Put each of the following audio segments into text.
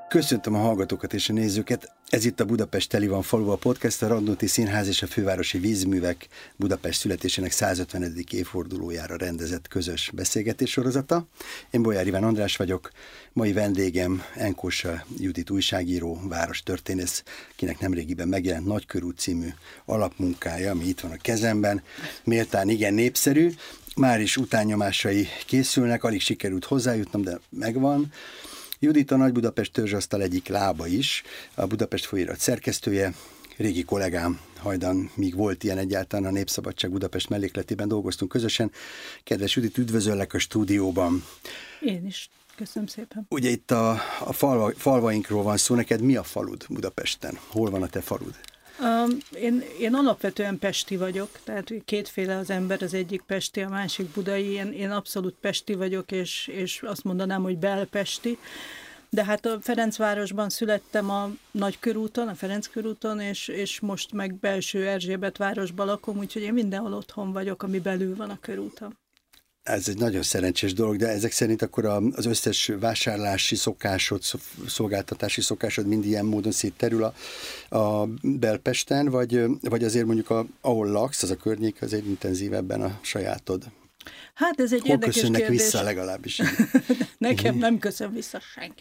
Köszöntöm a hallgatókat és a nézőket. Ez itt a Budapest Teli van falu, a podcast, a Radnóti Színház és a Fővárosi Vízművek Budapest születésének 150. évfordulójára rendezett közös beszélgetés sorozata. Én Bolyár Iván András vagyok, mai vendégem Enkósa Judit újságíró, várostörténész, kinek nemrégiben megjelent Nagykörút című alapmunkája, ami itt van a kezemben, méltán igen népszerű. Már is utánnyomásai készülnek, alig sikerült hozzájutnom, de megvan. Judit a Nagy Budapest törzsasztal egyik lába is, a Budapest folyóirat szerkesztője, régi kollégám, hajdan, míg volt ilyen egyáltalán, a Népszabadság Budapest mellékletében dolgoztunk közösen. Kedves Judit, üdvözöllek a stúdióban. Én is. Köszönöm szépen. Ugye itt a falvainkról van szó, neked mi a falud Budapesten? Hol van a te falud? Én alapvetően pesti vagyok, tehát kétféle az ember, az egyik pesti, a másik budai. Én abszolút pesti vagyok, és azt mondanám, hogy belpesti. De hát a Ferencvárosban születtem a Nagykörúton, a Ferenc körúton, és most meg belső Erzsébetvárosban lakom, úgyhogy én mindenhol otthon vagyok, ami belül van a körúton. Ez egy nagyon szerencsés dolog, de ezek szerint akkor az összes vásárlási szokásod, szolgáltatási szokásod mind ilyen módon szétterül a Belpesten, vagy azért mondjuk ahol laksz, az a környék azért intenzívebben a sajátod? Hát ez egy Hol érdekes köszönnek kérdés. Vissza legalábbis? Nekem nem köszön vissza senki.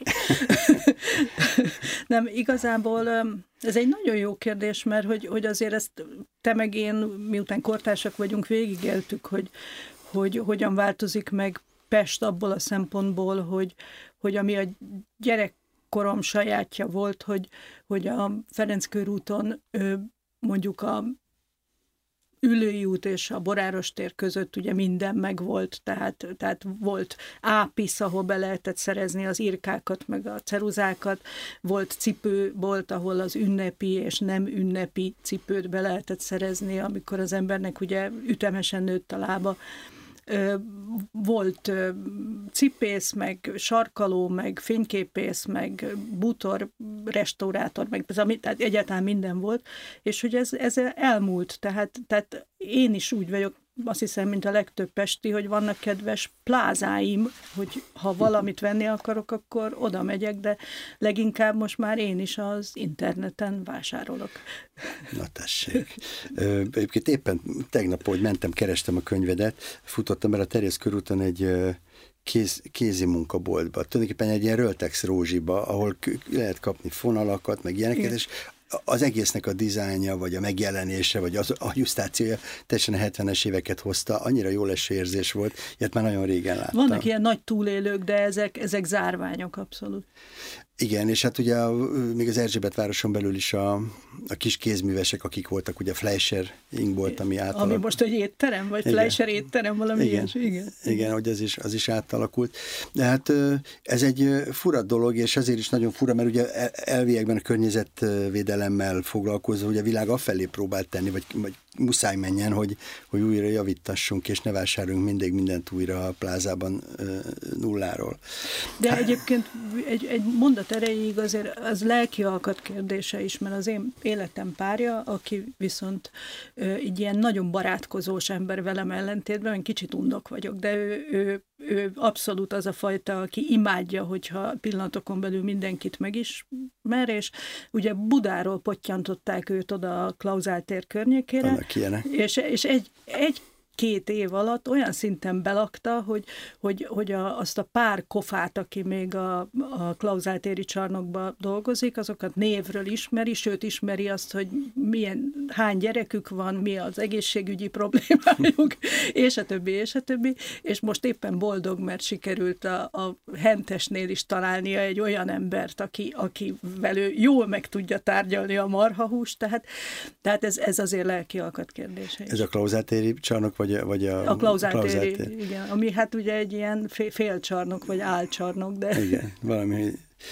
Nem, igazából ez egy nagyon jó kérdés, mert hogy azért ezt te meg én, miután kortársak vagyunk, végigéltük, hogy hogyan változik meg Pest abból a szempontból, hogy ami a gyerekkorom sajátja volt, hogy a Ferenc körúton mondjuk a Üllői út és a Boráros tér között ugye minden megvolt, tehát volt ápisz, ahol be lehetett szerezni az irkákat, meg a ceruzákat, volt cipőbolt, ahol az ünnepi és nem ünnepi cipőt be lehetett szerezni, amikor az embernek ugye ütemesen nőtt a lába. Volt cipész, meg sarkaló, meg fényképész, meg bútor, restaurátor, meg tehát egyáltalán minden volt, és hogy ez elmúlt, tehát én is úgy vagyok, azt hiszem, mint a legtöbb pesti, hogy vannak kedves plázáim, hogy ha valamit venni akarok, akkor oda megyek, de leginkább most már én is az interneten vásárolok. Na tessék. Egyébként éppen tegnap, ahogy mentem, kerestem a könyvedet, futottam el a Terjesz körúton egy kézi munkaboltba, tulajdonképpen egy ilyen Röltex rózsiba, ahol lehet kapni fonalakat, meg ilyeneket, igen. És az egésznek a dizájnja, vagy a megjelenése, vagy az illusztrációja teljesen a 70-es éveket hozta, annyira jó leső érzés volt, ilyet már nagyon régen láttam. Vannak ilyen nagy túlélők, de ezek zárványok abszolút. Igen, és hát ugye még az Erzsébetvároson belül is a kis kézművesek, akik voltak, ugye Fleischer Ingbolt, ami átalakult. Ami most egy étterem, vagy Fleischer étterem, valami igen. Igen. Igen, hogy az is átalakult. De hát ez egy fura dolog, és azért is nagyon fura, mert ugye elviekben a környezetvédelemmel foglalkozó, ugye a világ afelé próbált tenni, vagy muszáj menjen, hogy újra javítassunk, és ne vásároljunk mindig mindent újra a plázában nulláról. De egyébként egy mondat erejéig azért az lelki alkat kérdése is, mert az én életem párja, aki viszont így ilyen nagyon barátkozós ember velem ellentétben, én kicsit undok vagyok, de ő abszolút az a fajta, aki imádja, hogyha pillanatokon belül mindenkit megismer, és ugye Budáról pottyantották őt oda a Klauzál tér környékére, és egy-két év alatt olyan szinten belakta, hogy azt a pár kofát, aki még a Klauzál téri csarnokban dolgozik, azokat névről ismeri, sőt ismeri azt, hogy hány gyerekük van, mi az egészségügyi problémájuk, és a többi, és most éppen boldog, mert sikerült a Hentesnél is találnia egy olyan embert, akivel ő jól meg tudja tárgyalni a marhahúst, tehát ez azért lelki alkat kérdése is. Ez a Klauzál téri csarnok, vagy a Klauzál téri, igen, ami hát ugye egy ilyen félcsarnok, vagy álcsarnok, de... Igen, valami...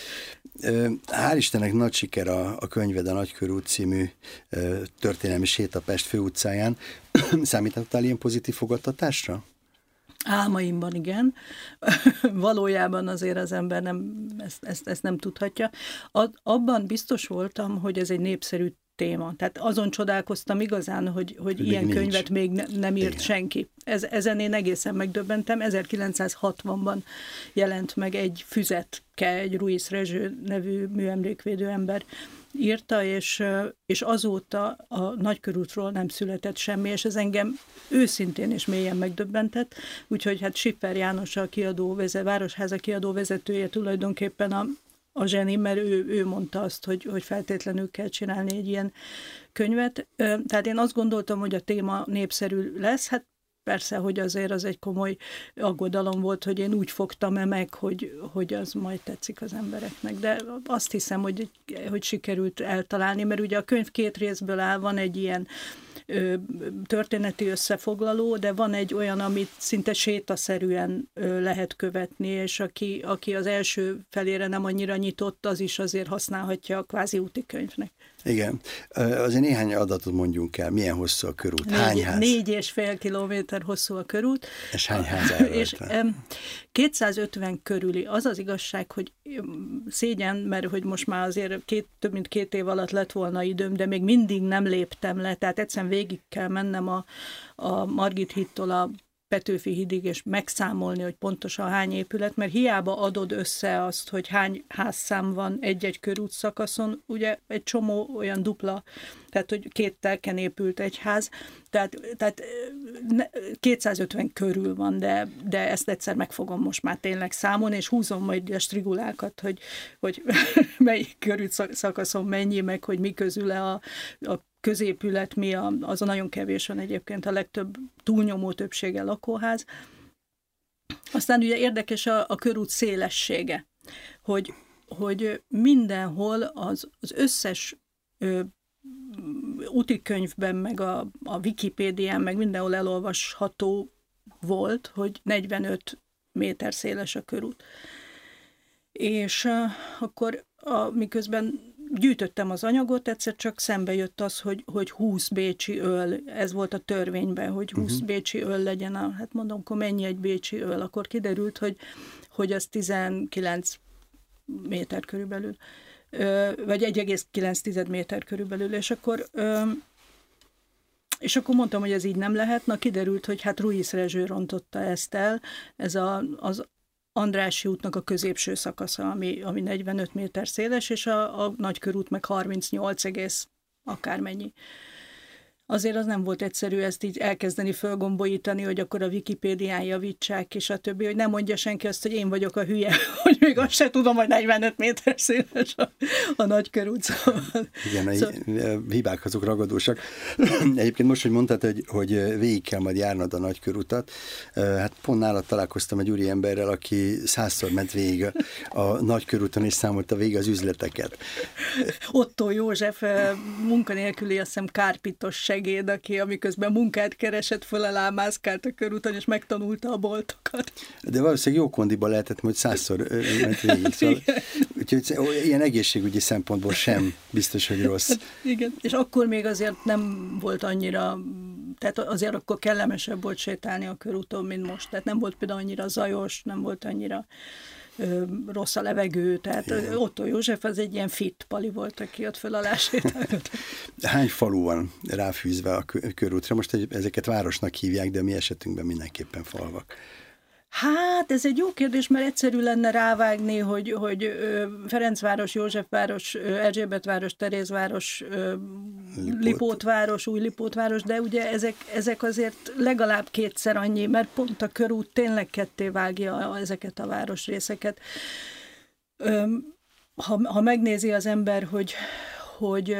Hál' Istennek nagy siker a könyved, a Nagykörút című történelmi séta Pest főutcáján. Számítottál ilyen pozitív fogadtatásra? Álmaimban igen. Valójában azért az ember ezt nem tudhatja. Abban biztos voltam, hogy ez egy népszerű téma. Tehát azon csodálkoztam igazán, hogy ilyen könyvet még nem írt senki. Ezen én egészen megdöbbentem. 1960-ban jelent meg egy Füzetke, egy Ruiz Rezső nevű műemlékvédő ember írta, és azóta a Nagykörútról nem született semmi, és ez engem őszintén és mélyen megdöbbentett. Úgyhogy hát Schiffer János, a Városháza kiadó vezetője tulajdonképpen a zseni, mert ő mondta azt, hogy feltétlenül kell csinálni egy ilyen könyvet. Tehát én azt gondoltam, hogy a téma népszerű lesz, hát persze, hogy azért az egy komoly aggodalom volt, hogy én úgy fogtam meg, hogy az majd tetszik az embereknek. De azt hiszem, hogy sikerült eltalálni, mert ugye a könyv 2 részből áll, van egy ilyen történeti összefoglaló, de van egy olyan, amit szinte sétaszerűen lehet követni, és aki az első felére nem annyira nyitott, az is azért használhatja a kvázi úti könyvnek. Igen. Azért néhány adatot mondjunk el. Milyen hosszú a körút? Hány ház? 4,5 kilométer hosszú a körút. És hány ház áll És 250 körüli. Az az igazság, hogy szégyen, mert hogy most már azért több mint 2 év alatt lett volna időm, de még mindig nem léptem le. Tehát egyszerűen végig kell mennem a Margit hídtól a Petőfi hídig, és megszámolni, hogy pontosan hány épület, mert hiába adod össze azt, hogy hány házszám van egy-egy körút szakaszon, ugye egy csomó olyan dupla, tehát hogy 2 telken épült egy ház, tehát 250 körül van, de ezt egyszer meg fogom most már tényleg számolni, és húzom majd a strigulákat, hogy melyik körút szakaszon mennyi, meg hogy mi közül a középület, az a nagyon kevés van egyébként, a legtöbb túlnyomó többsége lakóház. Aztán ugye érdekes a körút szélessége, hogy mindenhol az összes útikönyvben, meg a Wikipédián, meg mindenhol elolvasható volt, hogy 45 méter széles a körút. És akkor miközben gyűjtöttem az anyagot, egyszer csak szembe jött az, hogy 20 bécsi öl, ez volt a törvényben, hogy 20 bécsi öl legyen, hát mondom, akkor mennyi egy bécsi öl, akkor kiderült, hogy az 19 méter körülbelül, vagy 1,9 méter körülbelül, és akkor mondtam, hogy ez így nem lehet, kiderült, hogy hát Ruiz Rezső rontotta ezt el, ez az Andrássy útnak a középső szakasza, ami 45 méter széles, és a Nagykörút meg 38, akármennyi. Azért az nem volt egyszerű ezt így elkezdeni fölgombolítani, hogy akkor a Wikipédián javítsák, és a többi, hogy nem mondja senki azt, hogy én vagyok a hülye, hogy még azt se tudom, hogy 45 méter széles a Nagykörút. Szóval. Igen, hibák azok ragadósak. Egyébként most, hogy mondtad, hogy végig kell majd járnod a Nagykörutat, hát pont nálad találkoztam egy úriemberrel, aki 100-szor ment végig a Nagykörúton, és számolta végig az üzleteket. Otto József munkanélküli, azt hiszem kárpitos segéd, aki amiközben munkát keresett, föl alá mászkált a körúton, és megtanulta a boltokat. De valószínűleg jó kondiban lehetett, hogy 100-szor ment végig. Szóval, úgyhogy ilyen egészségügyi szempontból sem biztos, hogy rossz. Igen, és akkor még azért nem volt annyira, tehát azért akkor kellemesebb volt sétálni a körúton, mint most. Tehát nem volt például annyira zajos, nem volt annyira rossz a levegő, tehát Otto József az egy ilyen fit pali volt, aki ott föl alá sétáltott. Hány falu van ráfűzve a körútra? Most ezeket városnak hívják, de mi esetünkben mindenképpen falvak. Hát ez egy jó kérdés, mert egyszerű lenne rávágni, hogy Ferencváros, Józsefváros, Erzsébetváros, Terézváros, Lipótváros, Új-Lipótváros, de ugye ezek azért legalább 2-szer annyi, mert pont a körút tényleg ketté vágja ezeket a városrészeket. Ha megnézi az ember, hogy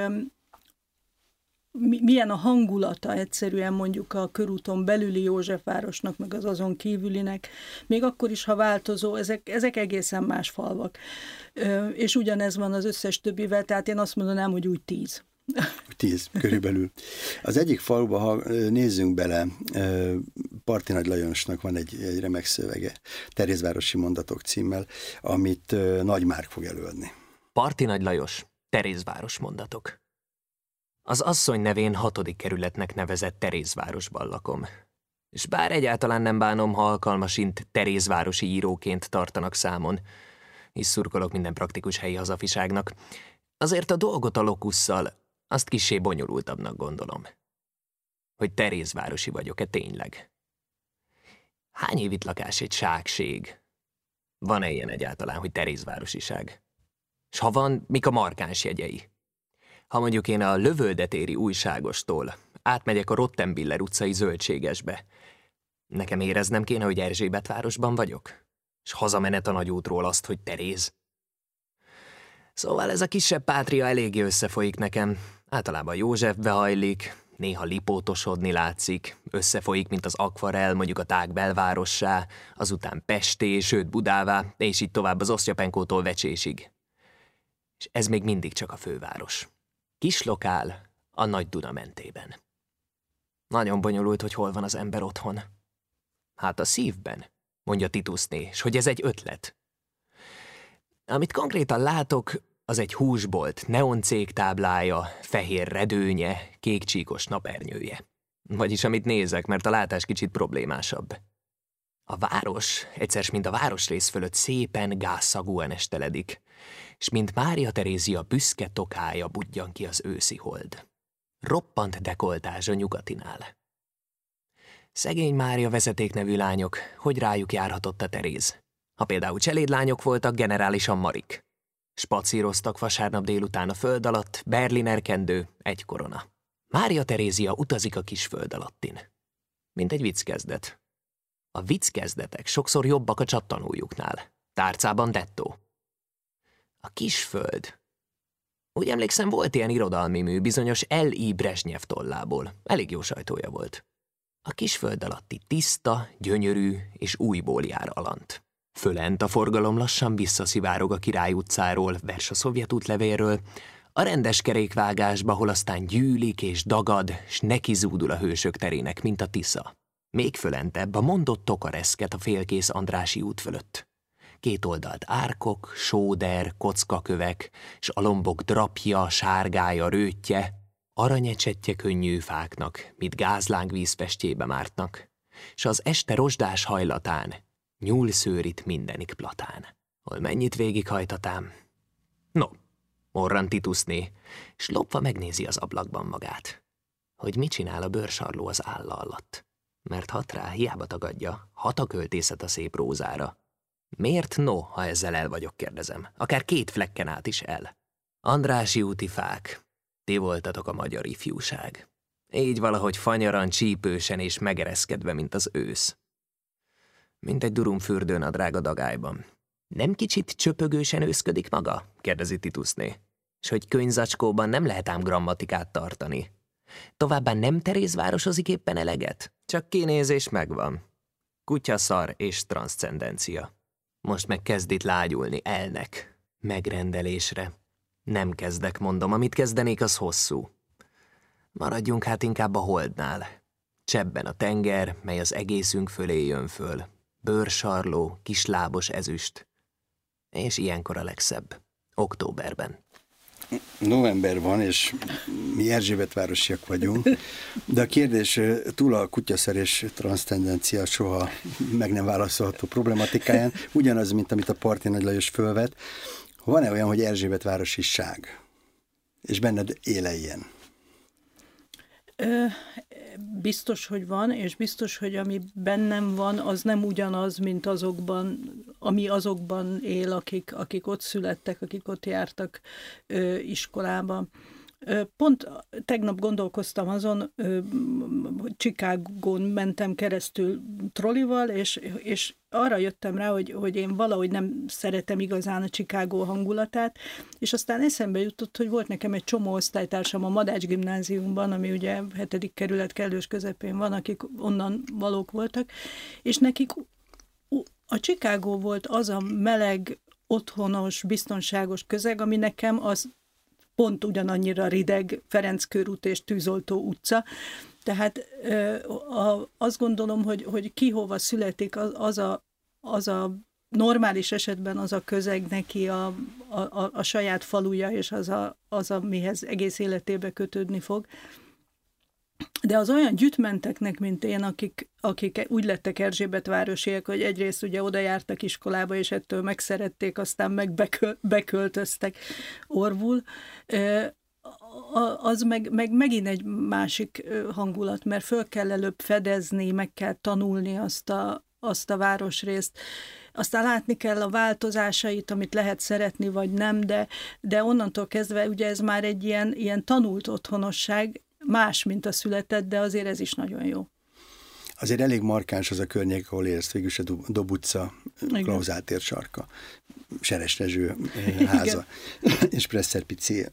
milyen a hangulata egyszerűen mondjuk a körúton belüli Józsefvárosnak, meg az azon kívülinek, még akkor is, ha változó, ezek egészen más falvak. És ugyanez van az összes többivel, tehát én azt mondanám, hogy úgy 10. 10 körülbelül. Az egyik faluba, ha nézzünk bele, Parti Nagy Lajosnak van egy remek szövege, Terézvárosi mondatok címmel, amit Nagy Márk fog előadni. Parti Nagy Lajos, Terézváros mondatok. Az asszony nevén 6. kerületnek nevezett Terézvárosban lakom. És bár egyáltalán nem bánom, ha alkalmasint terézvárosi íróként tartanak számon, hisz szurkolok minden praktikus helyi hazafiságnak, azért a dolgot a lokusszal, azt kissé bonyolultabbnak gondolom. Hogy terézvárosi vagyok-e tényleg? Hány év itt lakás egy ságség? Van-e ilyen egyáltalán, hogy terézvárosiság? S ha van, mik a markáns jegyei? Ha mondjuk én a Lövöldetéri újságostól átmegyek a Rottenbiller utcai zöldségesbe, nekem éreznem kéne, hogy Erzsébetvárosban vagyok? És hazamenet a nagyútról azt, hogy Teréz? Szóval ez a kisebb pátria eléggé összefolyik nekem. Általában Józsefbe hajlik, néha Lipótosodni látszik, összefolyik, mint az akvarell, mondjuk a tág belvárossá, azután Pesté, sőt Budává, és így tovább az Osztyapenkótól Vecsésig. És ez még mindig csak a főváros. Kis lokál a Nagy Duna mentében. Nagyon bonyolult, hogy hol van az ember otthon. Hát a szívben, mondja Titusné, s hogy ez egy ötlet. Amit konkrétan látok, az egy húsbolt, neoncég táblája, fehér redőnye, kékcsíkos napernyője. Vagyis amit nézek, mert a látás kicsit problémásabb. A város, egyszer mint a városrész fölött szépen gázszagúan esteledik, és mint Mária Terézia büszke tokája budjan ki az őszi hold. Roppant dekoltázs a nyugatinál. Szegény Mária vezeték nevű lányok, hogy rájuk járhatott a Teréz? Ha például cselédlányok voltak, generálisan Marik. Spacíroztak vasárnap délután a föld alatt, berliner kendő, egy korona. Mária Terézia utazik a kis föld alattin. Mint egy vicckezdet. A vicckezdetek sokszor jobbak a csattanójuknál. Tárcában dettó. A kis föld. Úgy emlékszem, volt ilyen irodalmi mű bizonyos L.I. Brezsnyev tollából. Elég jó sajtója volt. A kis föld alatti tiszta, gyönyörű és újból jár alant. Fölent a forgalom lassan visszaszivárog a Király utcáról, vers a szovjet útlevélről, a rendes kerékvágásba, hol aztán gyűlik és dagad, s neki zúdul a hősök terének, mint a Tisza. Még fölentebb a mondott tokareszket a félkész Andrássy út fölött. Két oldalt árkok, sóder, kockakövek, s a lombok drapja, sárgája, rőtje, aranyecsettye könnyű fáknak, mit gázláng vízfestjébe mártnak, s az este rozsdás hajlatán nyúlszőrit mindenik platán. Hol mennyit végighajtatám? No, morran Titusné, s lopva megnézi az ablakban magát. Hogy mit csinál a bőrsarló az álla alatt. Mert hat rá, hiába tagadja, hat a költészet a szép rózára. Miért no, ha ezzel el vagyok, kérdezem. Akár 2 flekken át is el. Andrássy úti fák, ti voltatok a magyar ifjúság. Így valahogy fanyaran, csípősen és megereszkedve, mint az ősz. Mint egy durumfürdőn a drága dagályban. Nem kicsit csöpögősen őszködik maga? Kérdezi Titusné. S hogy könyvzacskóban nem lehet ám grammatikát tartani. Továbbá nem terézvárosozik éppen eleget? Csak kinézés megvan. Kutyaszar és transzcendencia. Most meg kezd itt lágyulni elnek. Megrendelésre. Nem kezdek, mondom, amit kezdenék, az hosszú. Maradjunk hát inkább a holdnál. Csebben a tenger, mely az egészünk fölé jön föl. Bőrsarló, kislábos ezüst. És ilyenkor a legszebb. Októberben. November van, és mi Erzsébetvárosiak vagyunk, de a kérdés túl a kutyaszer és transztendencia soha meg nem válaszolható problematikáján, ugyanaz, mint amit a Parti Nagy Lajos fölvet. Van-e olyan, hogy Erzsébetvárosiság? És benned éle ilyen? Biztos, hogy van, és biztos, hogy ami bennem van, az nem ugyanaz, mint azokban, ami azokban él, akik ott születtek, akik ott jártak iskolába. Pont tegnap gondolkoztam azon, hogy Chicagón mentem keresztül trollival, és arra jöttem rá, hogy én valahogy nem szeretem igazán a Chicago hangulatát, és aztán eszembe jutott, hogy volt nekem egy csomó osztálytársam a Madács gimnáziumban, ami ugye 7. kerület kellős közepén van, akik onnan valók voltak, és nekik a Chicago volt az a meleg, otthonos, biztonságos közeg, ami nekem az pont ugyanannyira rideg Ferenc körút és Tűzoltó utca. Tehát azt gondolom, hogy ki hova születik, az a normális esetben az a közeg neki a saját faluja, és az, amihez egész életébe kötődni fog. De az olyan gyütmenteknek, mint én, akik úgy lettek Erzsébetvárosiak, hogy egyrészt ugye oda jártak iskolába, és ettől megszerették, aztán meg beköltöztek Orvul, az meg megint egy másik hangulat, mert föl kell előbb fedezni, meg kell tanulni azt a városrészt. Aztán látni kell a változásait, amit lehet szeretni, vagy nem, de onnantól kezdve ugye ez már egy ilyen tanult otthonosság, más, mint a született, de azért ez is nagyon jó. Azért elég markáns az a környék, ahol élsz, végülis a Dob utca, Klauz áttér sarka, Seres Rezső háza, és Presser Pici,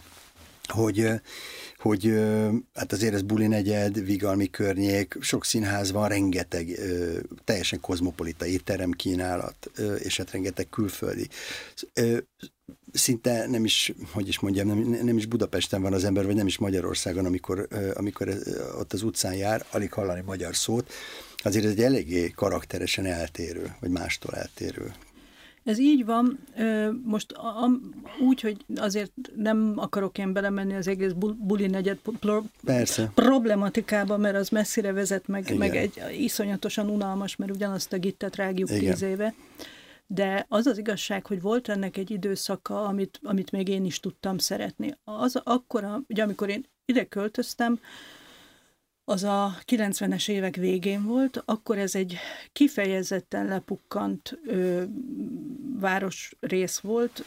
hogy hát azért ez buli negyed, vigalmi környék, sok színház van, rengeteg teljesen kozmopolita étterem kínálat, és hát rengeteg külföldi. Szinte nem is, hogy is mondjam, nem is Budapesten van az ember, vagy nem is Magyarországon, amikor ott az utcán jár, alig hallani magyar szót. Azért ez egy eléggé karakteresen eltérő, vagy mástól eltérő. Ez így van. Most úgy, hogy azért nem akarok én belemenni az egész buli negyed problematikába, mert az messzire vezet, meg egy iszonyatosan unalmas, mert ugyanazt a gittet rágjuk 10 éve. De az az igazság, hogy volt ennek egy időszaka, amit még én is tudtam szeretni. Ugye amikor én ide költöztem, az a 90-es évek végén volt, akkor ez egy kifejezetten lepukkant városrész volt.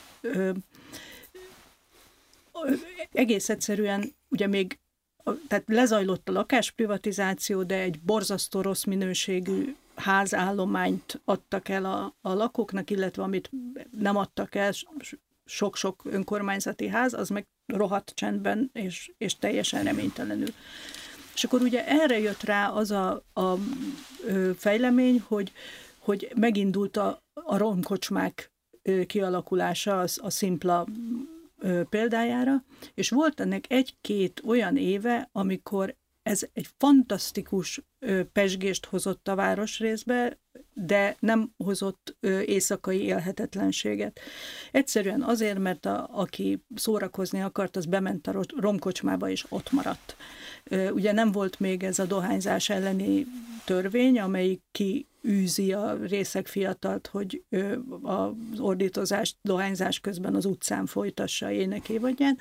Egész egyszerűen ugye még tehát lezajlott a lakásprivatizáció, de egy borzasztó rossz minőségű házállományt adtak el a lakóknak, illetve amit nem adtak el, sok-sok önkormányzati ház, az meg rohadt csendben és teljesen reménytelenül. És akkor ugye erre jött rá az a fejlemény, hogy megindult a romkocsmák kialakulása a Szimpla példájára, és volt ennek 1-2 olyan éve, amikor ez egy fantasztikus pezsgést hozott a városrészbe, de nem hozott éjszakai élhetetlenséget. Egyszerűen azért, mert aki szórakozni akart, az bement a romkocsmába, és ott maradt. Ugye nem volt még ez a dohányzás elleni törvény, amelyik kiűzi a részeg fiatalt, hogy az ordítozást dohányzás közben az utcán folytassa énekévadján,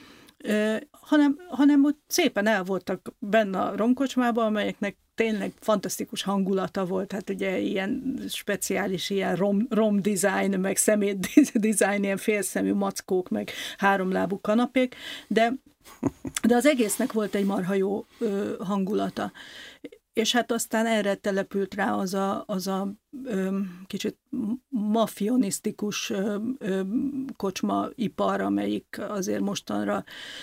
hanem ott szépen el voltak benne a romkocsmában, amelyeknek tényleg fantasztikus hangulata volt, hát ugye ilyen speciális, ilyen rom design, meg szemét design, ilyen félszemű mackók, meg háromlábú kanapék, de az egésznek volt egy marha jó hangulata. És hát aztán erre települt rá az a kicsit mafionisztikus kocsmaipar, amelyik azért mostanra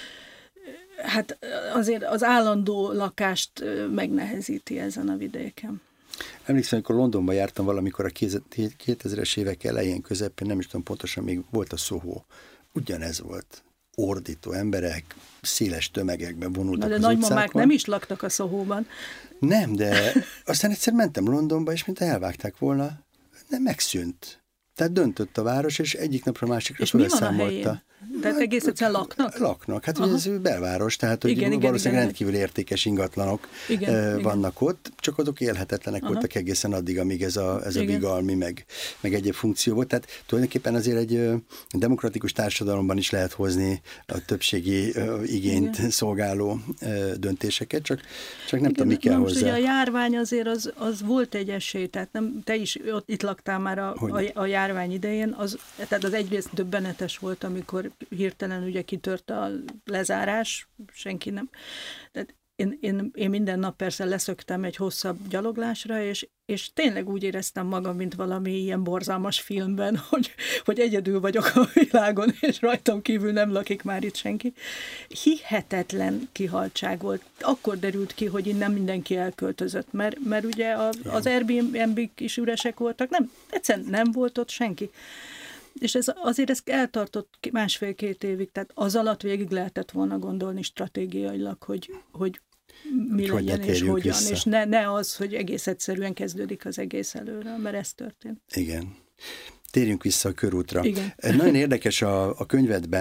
hát azért az állandó lakást megnehezíti ezen a vidéken. Emlékszem, amikor Londonban jártam valamikor a 2000-es évek elején, közepén, nem is tudom pontosan, még volt a Soho. Ugyanez volt. Ordító emberek, széles tömegekben vonultak az utcákon. De nagymamák nem is laktak a Sohóban. Nem, de aztán egyszer mentem Londonba, és mint elvágták volna, nem megszűnt. Tehát döntött a város, és egyik napra másikra felszámolta. Tehát egész egyszerűen laknak? Laknak. Hát ugye ez belváros, tehát hogy valószínűleg rendkívül értékes ingatlanok vannak ott, csak azok élhetetlenek voltak egészen addig, amíg ez a vigalmi, meg egyéb funkció volt. Tehát tulajdonképpen azért egy demokratikus társadalomban is lehet hozni a többségi igényt szolgáló döntéseket, csak nem tudom, mi kell hozzá. Ugye a járvány azért az volt egy esély, tehát nem, te is itt laktál már a járvány idején, tehát az egyrészt döbbenetes volt, amikor hirtelen ugye kitört a lezárás, senki nem. Tehát én minden nap persze leszöktem egy hosszabb gyaloglásra, és tényleg úgy éreztem magam, mint valami ilyen borzalmas filmben, hogy egyedül vagyok a világon, és rajtam kívül nem lakik már itt senki. Hihetetlen kihaltság volt. Akkor derült ki, hogy innen mindenki elköltözött, mert ugye az Airbnb-k is üresek voltak, egyszerűen nem volt ott senki. És azért ez eltartott 1,5-2 évig, tehát az alatt végig lehetett volna gondolni stratégiailag, hogy mi legyen és hogyan, vissza. És ne az, hogy egész egyszerűen kezdődik az egész előről, mert ez történt. Igen. Térjünk vissza a körútra. Igen. Nagyon érdekes a könyvedben,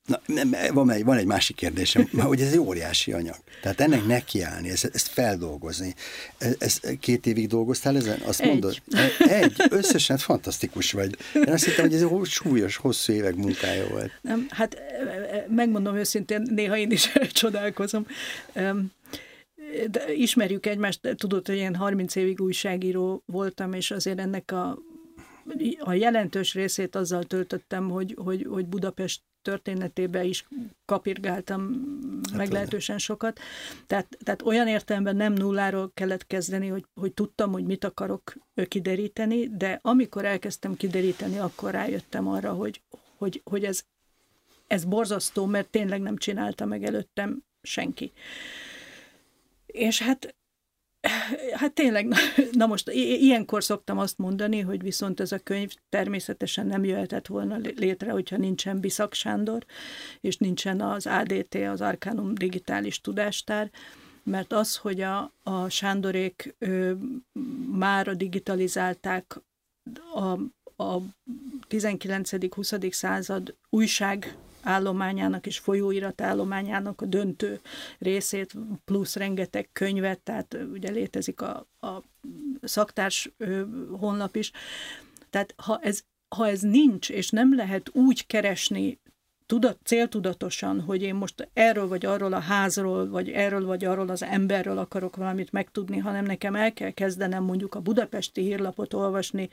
Na, van egy másik kérdésem, hogy ez egy óriási anyag. Tehát ennek nekiállni, ezt feldolgozni. Ez 2 évig dolgoztál ezen? Azt mondod? Összesen fantasztikus vagy. Én azt hittem, hogy ez egy súlyos, hosszú évek munkája volt. Nem, hát megmondom őszintén, néha én is csodálkozom. De ismerjük egymást, tudod, hogy én 30 évig újságíró voltam, és azért ennek a jelentős részét azzal töltöttem, hogy Budapest történetébe is kapirgáltam meglehetősen sokat. Tehát olyan értelemben nem nulláról kellett kezdeni, hogy tudtam, hogy mit akarok kideríteni, de amikor elkezdtem kideríteni, akkor rájöttem arra, hogy ez borzasztó, mert tényleg nem csinálta meg előttem senki. És hát tényleg, na most ilyenkor szoktam azt mondani, hogy viszont ez a könyv természetesen nem jöhetett volna létre, hogyha nincsen Biszak Sándor, és nincsen az ADT, az Arcanum Digitális Tudástár, mert az, hogy a Sándorék mára digitalizálták a 19.-20. század újság állományának és folyóirat állományának a döntő részét, plusz rengeteg könyvet, tehát ugye létezik a szaktárs honlap is. Tehát ha ez nincs, és nem lehet úgy keresni céltudatosan, hogy én most erről vagy arról a házról, vagy erről vagy arról az emberről akarok valamit megtudni, hanem nekem el kell kezdenem mondjuk a Budapesti Hírlapot olvasni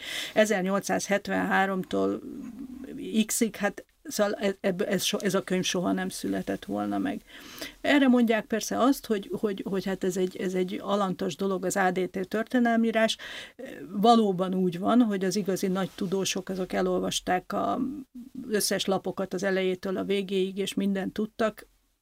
1873-tól X-ig, hát szóval ez a könyv soha nem született volna meg. Erre mondják persze azt, hogy hát ez egy alantas dolog az ADT történelmírás. Valóban úgy van, hogy az igazi nagy tudósok azok elolvasták az összes lapokat az elejétől a végéig, és mindent tudtak,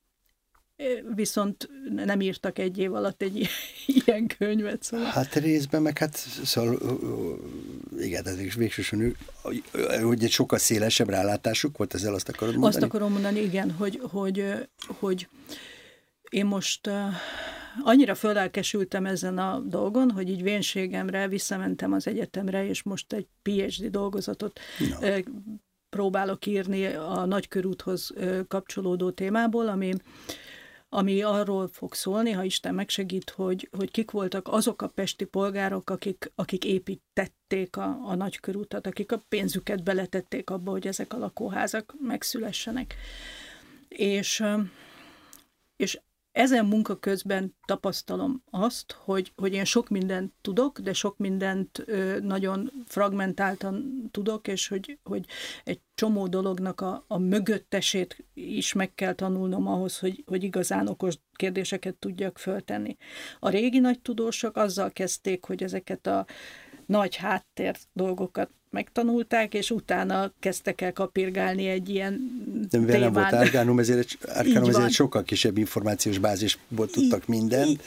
viszont nem írtak egy év alatt egy ilyen könyvet. Szóval. Hát részben, meg hát szóval, igen, ez végsősorban, hogy egy sokkal szélesebb rálátásuk volt, ezzel azt akarod mondani? Azt akarom mondani, igen, hogy én most annyira fölelkesültem ezen a dolgon, hogy így vénségemre visszamentem az egyetemre, és most egy PhD dolgozatot próbálok írni a Nagykörúthoz kapcsolódó témából, ami arról fog szólni, ha Isten megsegít, hogy kik voltak azok a pesti polgárok, akik építették a Nagykörútat, akik a pénzüket beletették abba, hogy ezek a lakóházak megszülessenek. És ezen munka közben tapasztalom azt, hogy én sok mindent tudok, de sok mindent nagyon fragmentáltan tudok, és hogy egy csomó dolognak a mögöttesét is meg kell tanulnom ahhoz, hogy igazán okos kérdéseket tudjak föltenni. A régi nagy tudósok azzal kezdték, hogy ezeket a nagy háttér dolgokat megtanulták, és utána kezdtek el kapirgálni egy ilyen témát. Nem volt Arcanum, ezért egy sokkal kisebb információs bázisból tudtak mindent.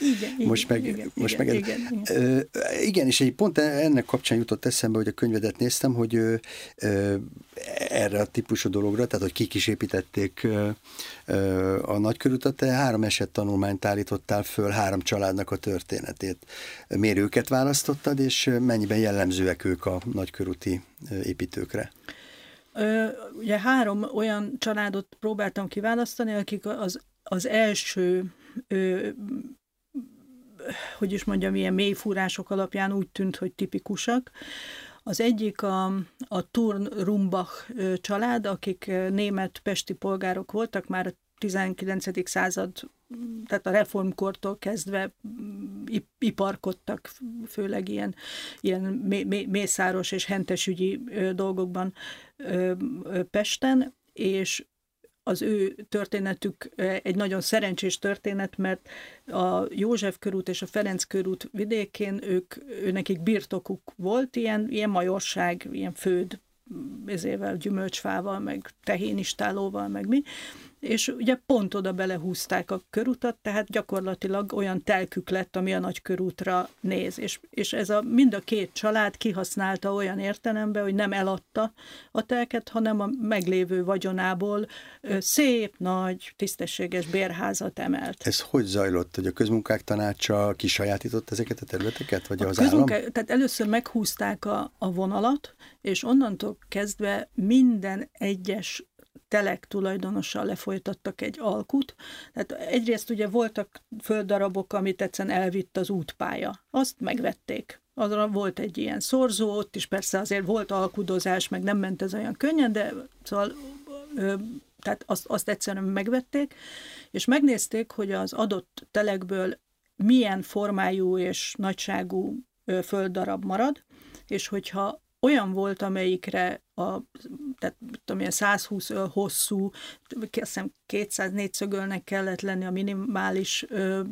Igen, és egy pont ennek kapcsán jutott eszembe, hogy a könyvedet néztem, hogy erre a típusú dologra, tehát hogy kik is építették a Nagykörútat, te 3 esettanulmányt állítottál föl 3 családnak a történetét. Miért őket választottad, és mennyiben jellemzőek ők a nagykörúti építőkre? Ugye 3 olyan családot próbáltam kiválasztani, akik az első, hogy is mondjam, ilyen mélyfúrások alapján úgy tűnt, hogy tipikusak. Az egyik a Thurn-Rumbach család, akik német pesti polgárok voltak, már a 19. század, tehát a reformkortól kezdve iparkodtak, főleg ilyen mészáros és hentesügyi dolgokban Pesten, és az ő történetük egy nagyon szerencsés történet, mert a József körút és a Ferenc körút vidékén nekik birtokuk volt, ilyen majorság, ilyen föld, ezével, gyümölcsfával, meg tehénistálóval, meg mi, és ugye pont oda belehúzták a körutat, tehát gyakorlatilag olyan telkük lett, ami a Nagykörútra néz. És ez mind a 2 család kihasználta olyan értelemben, hogy nem eladta a telket, hanem a meglévő vagyonából szép, nagy, tisztességes bérházat emelt. Ez hogy zajlott, hogy a Közmunkák Tanácsa kisajátított ezeket a területeket, vagy az állam? Tehát először meghúzták a vonalat, és onnantól kezdve minden egyes telek tulajdonossal lefolytattak egy alkut. Tehát egyrészt ugye voltak földdarabok, amit egyszerűen elvitt az útpálya. Azt megvették. Azra volt egy ilyen szorzó, ott is persze azért volt alkudozás, meg nem ment ez olyan könnyen, de szóval tehát azt egyszerűen megvették, és megnézték, hogy az adott telekből milyen formájú és nagyságú földdarab marad, és hogyha olyan volt, amelyikre tehát tudom, 120 hosszú, azt hiszem 200 négyszögölnek kellett lenni a minimális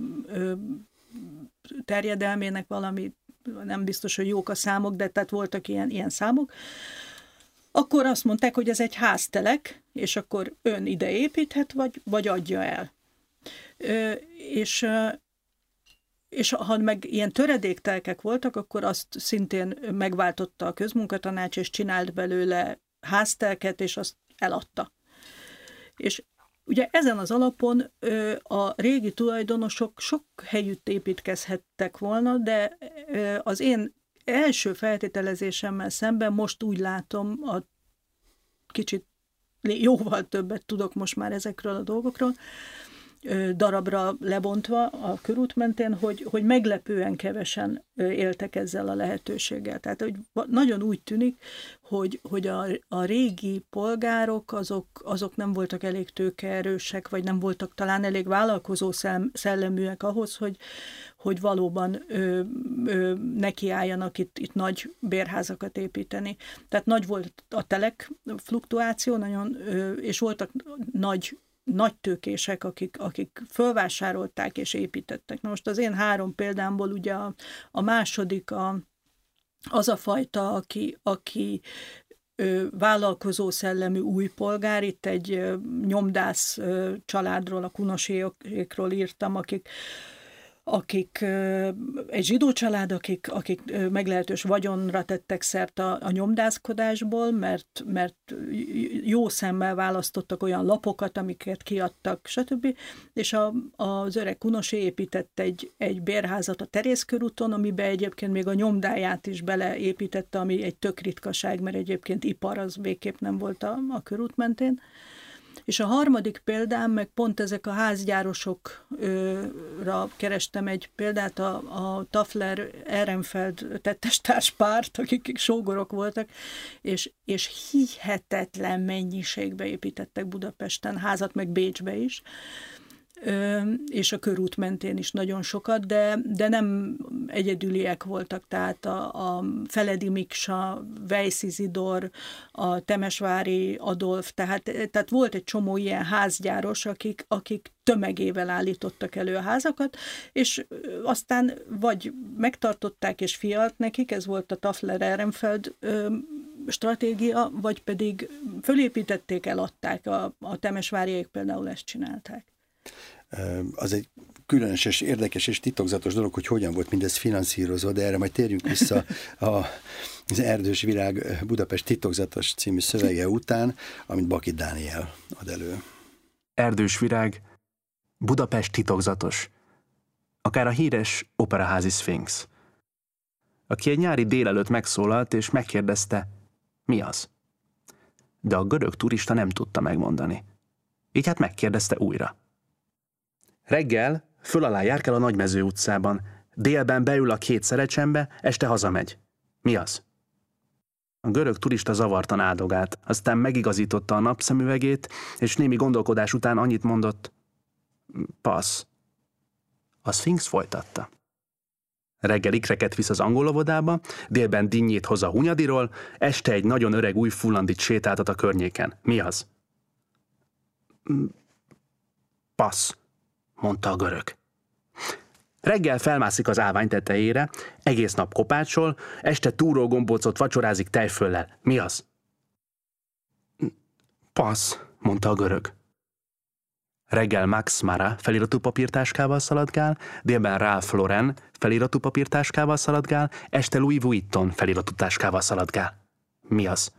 terjedelmének, valami, nem biztos, hogy jók a számok, de tehát voltak ilyen számok, akkor azt mondták, hogy ez egy háztelek, és akkor ön ide építhet, vagy adja el. És ha meg ilyen töredéktelkek voltak, akkor azt szintén megváltotta a közmunkatanács, és csinált belőle háztelket, és azt eladta. És ugye ezen az alapon a régi tulajdonosok sok helyütt építkezhettek volna, de az én első feltételezésemmel szemben most úgy látom, kicsit jóval többet tudok most már ezekről a dolgokról, darabra lebontva a körút mentén, hogy meglepően kevesen éltek ezzel a lehetőséggel. Tehát hogy nagyon úgy tűnik, hogy a régi polgárok azok nem voltak elég tőkeerősek, vagy nem voltak talán elég vállalkozó szelleműek ahhoz, hogy valóban nekiálljanak itt nagy bérházakat építeni. Tehát nagy volt a telek fluktuáció, nagyon, és voltak nagy tőkések, akik fölvásárolták és építettek. Na most az én 3 példámból ugye a második az a fajta, aki vállalkozó szellemű új polgár, itt egy nyomdász családról, a Kunosékról írtam, akik egy zsidó család, akik meglehetős vagyonra tettek szert a nyomdászkodásból, mert jó szemmel választottak olyan lapokat, amiket kiadtak, stb. És az öreg Kunosé épített egy bérházat a Terézkörúton, amiben egyébként még a nyomdáját is beleépítette, ami egy tök ritkaság, mert egyébként ipar az végképp nem volt a körút mentén. És a harmadik példám, meg pont ezek a házgyárosokra kerestem egy példát, a Tafler-Ehrenfeld tettestárs párt, akik sógorok voltak, és hihetetlen mennyiségbe építettek Budapesten házat, meg Bécsbe is, és a körút mentén is nagyon sokat, de nem egyedüliek voltak, tehát a Feledi Miksa, Weisz Izidor, a Temesvári Adolf, tehát volt egy csomó ilyen házgyáros, akik tömegével állítottak elő a házakat, és aztán vagy megtartották és fialt nekik, ez volt a Tafler-Ehrenfeld stratégia, vagy pedig fölépítették, eladták, a temesváriak például ezt csinálták. Az egy különös és érdekes és titokzatos dolog, hogy hogyan volt mindez finanszírozva, de erre majd térjünk vissza az Erdős Virág Budapest titokzatos című szövege után, amit Baki Dániel ad elő. Erdős Virág, Budapest titokzatos, akár a híres operaházi Szfinx, aki egy nyári délelőtt megszólalt és megkérdezte, mi az? De a görög turista nem tudta megmondani. Így hát megkérdezte újra. Reggel föl alá járkál a Nagymező utcában, délben beül a 2 szerecsembe, este hazamegy. Mi az? A görög turista zavartan áldogált, aztán megigazította a napszemüvegét, és némi gondolkodás után annyit mondott, passz. A Szfinx folytatta. Reggel ikreket visz az angol óvodába, délben dinnyét hoz a Hunyadiról, este egy nagyon öreg új fullandit sétáltat a környéken. Mi az? Passz, mondta a görög. Reggel felmászik az állvány tetejére, egész nap kopácsol, este túrógombócot vacsorázik tejföllel. Mi az? Passz, mondta a görög. Reggel Max Mara feliratú papírtáskával szaladgál, délben Ralph Lauren feliratú papírtáskával szaladgál, este Louis Vuitton feliratú táskával szaladgál. Mi az?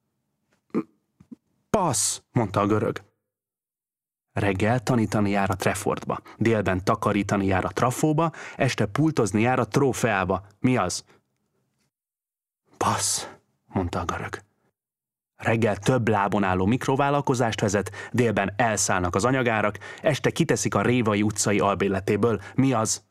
Passz, mondta a görög. Reggel tanítani jár a Treffordba, délben takarítani jár a Trafóba, este pultozni jár a Trófeába. Mi az? Passz, mondta a görög. Reggel több lábon álló mikrovállalkozást vezet, délben elszállnak az anyagárak, este kiteszik a Révai utcai albérletéből. Mi az?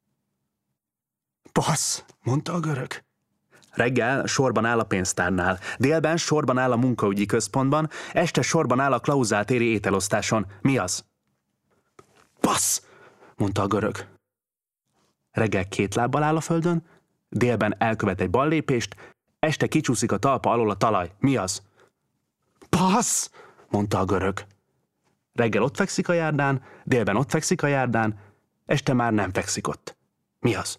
Passz, mondta a görög. Reggel sorban áll a pénztárnál, délben sorban áll a munkaügyi központban, este sorban áll a Klauzál téri ételosztáson. Mi az? Passz, mondta a görög. Reggel 2 lábbal áll a földön, délben elkövet egy ballépést, este kicsúszik a talpa alól a talaj. Mi az? Passz, mondta a görög. Reggel ott fekszik a járdán, délben ott fekszik a járdán, este már nem fekszik ott. Mi az?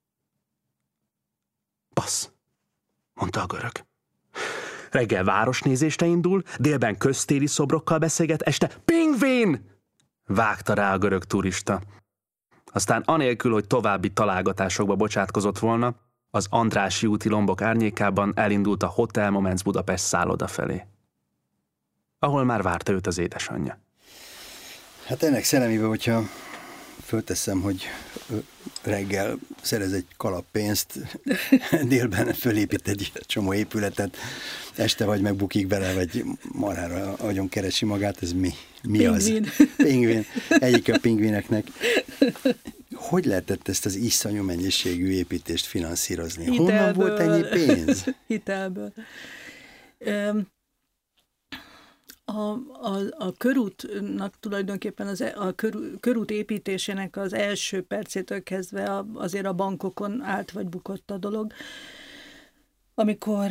Passz, mondta a görög. Reggel városnézésre indul, délben köztéri szobrokkal beszélget, este pingvin! Vágta rá a görög turista. Aztán anélkül, hogy további találgatásokba bocsátkozott volna, az Andrássy úti lombok árnyékában elindult a Hotel Moments Budapest szálloda felé, ahol már várta őt az édesanyja. Hát ennek szellemében, hogyha fölteszem, hogy reggel szerez egy kalap pénzt, délben fölépít egy csomó épületet, este vagy megbukik vele, vagy marhára agyon keresi magát, ez mi? Mi pingvin. Az? Pingvin. Egyik a pingvineknek. Hogy lehetett ezt az iszonyú mennyiségű építést finanszírozni? Hitelből. Honnan volt ennyi pénz? Hitelből. A körútnak tulajdonképpen a körút építésének az első percétől kezdve azért a bankokon állt vagy bukott a dolog. Amikor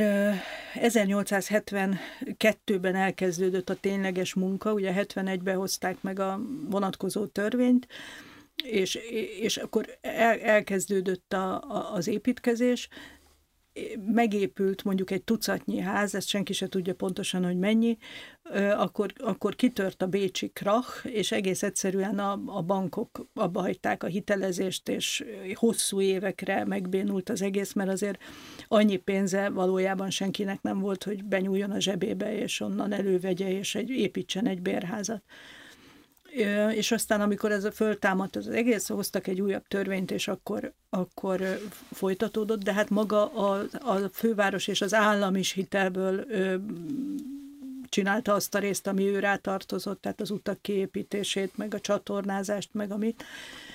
1872-ben elkezdődött a tényleges munka, ugye 71-ben hozták meg a vonatkozó törvényt, és akkor elkezdődött az építkezés, megépült mondjuk egy tucatnyi ház, ezt senki se tudja pontosan, hogy mennyi, akkor kitört a bécsi krach, és egész egyszerűen a bankok abba hagyták a hitelezést, és hosszú évekre megbénult az egész, mert azért annyi pénze valójában senkinek nem volt, hogy benyúljon a zsebébe, és onnan elővegye, és építsen egy bérházat. És aztán, amikor ez föltámadt az egész, hoztak egy újabb törvényt, és akkor folytatódott, de hát maga a főváros és az állam is hitelből csinálta azt a részt, ami ő rá tartozott, tehát az utak kiépítését, meg a csatornázást, meg amit.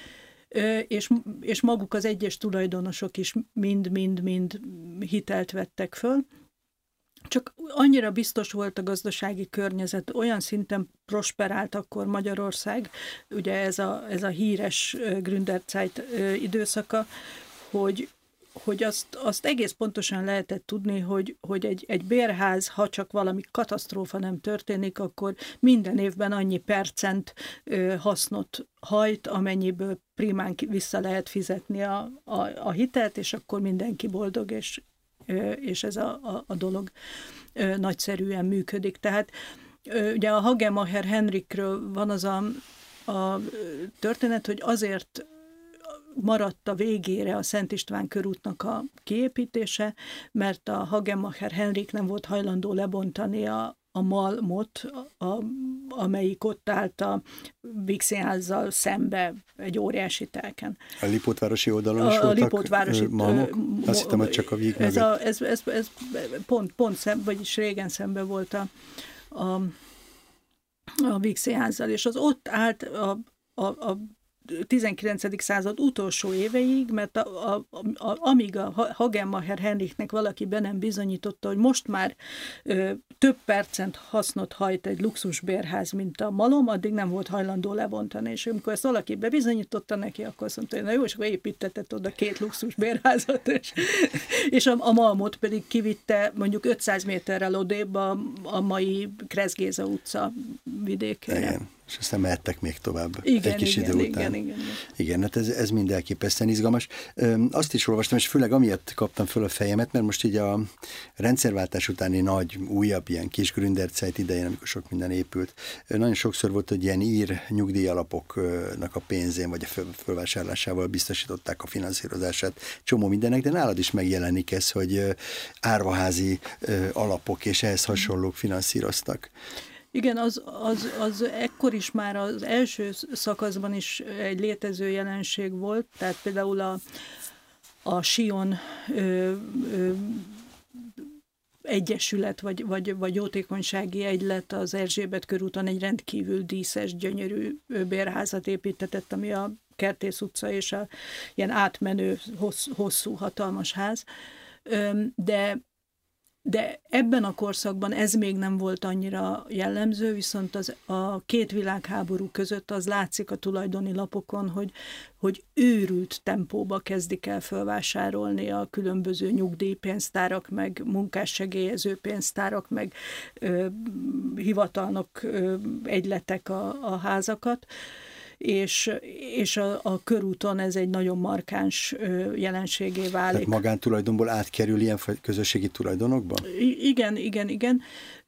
És maguk az egyes tulajdonosok is mind hitelt vettek föl. Csak annyira biztos volt a gazdasági környezet, olyan szinten prosperált akkor Magyarország, ugye ez a híres Gründerzeit időszaka, hogy azt egész pontosan lehetett tudni, hogy egy bérház, ha csak valami katasztrófa nem történik, akkor minden évben annyi percent hasznot hajt, amennyiből primán vissza lehet fizetni a hitelt, és akkor mindenki boldog, és ez a dolog nagyszerűen működik. Tehát ugye a Hagemacher Henrikről van az a történet, hogy azért maradt a végére a Szent István körútnak a kiépítése, mert a Hagemacher Henrik nem volt hajlandó lebontani a malmot, amelyik ott állt a Vígszínházzal szembe egy óriási telken. A Lipótvárosi oldalon is voltak Lipótvárosi malmok? Azt hittem, hogy csak a Víg mögött. Ez pont vagyis régen szembe volt a Vígszínházzal, és az ott állt a 19. század utolsó éveig, mert amíg a Hagemacher Henriknek valaki be nem bizonyította, hogy most már több percent hasznot hajt egy luxusbérház, mint a malom, addig nem volt hajlandó lebontani. És amikor ezt valaki bebizonyította neki, akkor azt mondta, hogy na jó, és akkor építetett oda 2 luxusbérházat, és a malmot pedig kivitte mondjuk 500 méterrel odébb a mai Kresz-Géza utca vidékére. Igen. És aztán mehettek még tovább egy kis idő után. Igen, hát ez mind elképesztően izgalmas. Azt is olvastam, és főleg amiatt kaptam föl a fejemet, mert most így a rendszerváltás utáni nagy, újabb ilyen kis Gründerzeit idején, amikor sok minden épült, nagyon sokszor volt, hogy ilyen ír nyugdíjalapoknak a pénzén, vagy a fölvásárlásával biztosították a finanszírozását, csomó mindennek, de nálad is megjelenik ez, hogy árvaházi alapok és ehhez hasonlók finanszíroztak. Igen, az ekkor is már az első szakaszban is egy létező jelenség volt, tehát például a Sion egyesület, vagy jótékonysági egylet az Erzsébet körúton egy rendkívül díszes, gyönyörű bérházat építetett, ami a Kertész utca és a ilyen átmenő, hosszú, hatalmas ház. De ebben a korszakban ez még nem volt annyira jellemző, viszont a két világháború között az látszik a tulajdoni lapokon, hogy őrült tempóba kezdik el fölvásárolni a különböző nyugdíjpénztárak, meg munkássegélyező pénztárak, meg hivatalnok egyletek a házakat, és a körúton ez egy nagyon markáns jelenségé válik. Tehát magántulajdonból átkerül ilyen közösségi tulajdonokba? Igen.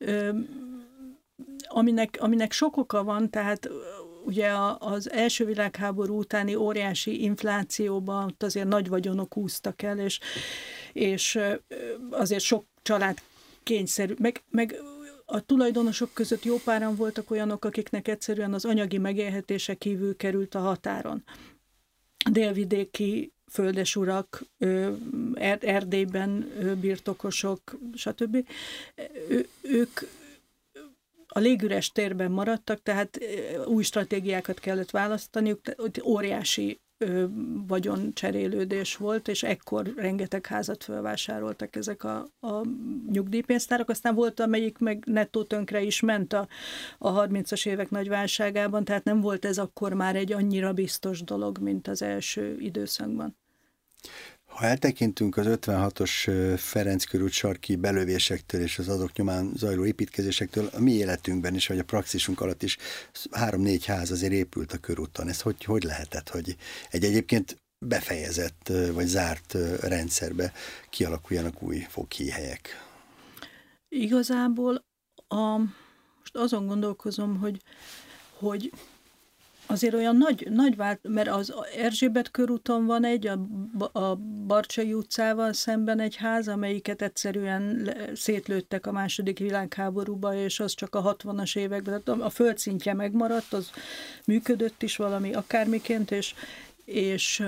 Aminek sok oka van, tehát ugye az első világháború utáni óriási inflációban ott azért nagy vagyonok úsztak el, és azért sok család kényszerű, meg a tulajdonosok között jó páran voltak olyanok, akiknek egyszerűen az anyagi megélhetése kívül került a határon. Délvidéki földesurak, Erdélyben birtokosok, stb. Ők a légüres térben maradtak, tehát új stratégiákat kellett választaniuk, óriási vagyoncserélődés volt, és ekkor rengeteg házat felvásároltak ezek a nyugdíjpénztárak. Aztán volt, amelyik meg nettó tönkre is ment a 30-as évek nagy válságában, tehát nem volt ez akkor már egy annyira biztos dolog, mint az első időszakban. Ha eltekintünk az 56-os Ferenc körút sarki belövésektől és az azok nyomán zajló építkezésektől, a mi életünkben is, vagy a praxisunk alatt is 3-4 ház azért épült a körúton. Ez hogy lehetett, hogy egy egyébként befejezett vagy zárt rendszerbe kialakuljanak új foghíjhelyek? Igazából most azon gondolkozom, hogy azért olyan nagy mert az Erzsébet körúton van a Barcsay utcával szemben egy ház, amelyiket egyszerűen szétlőttek a második világháborúba, és az csak a 60-as években, tehát a földszintje megmaradt, az működött is valami akármiként, és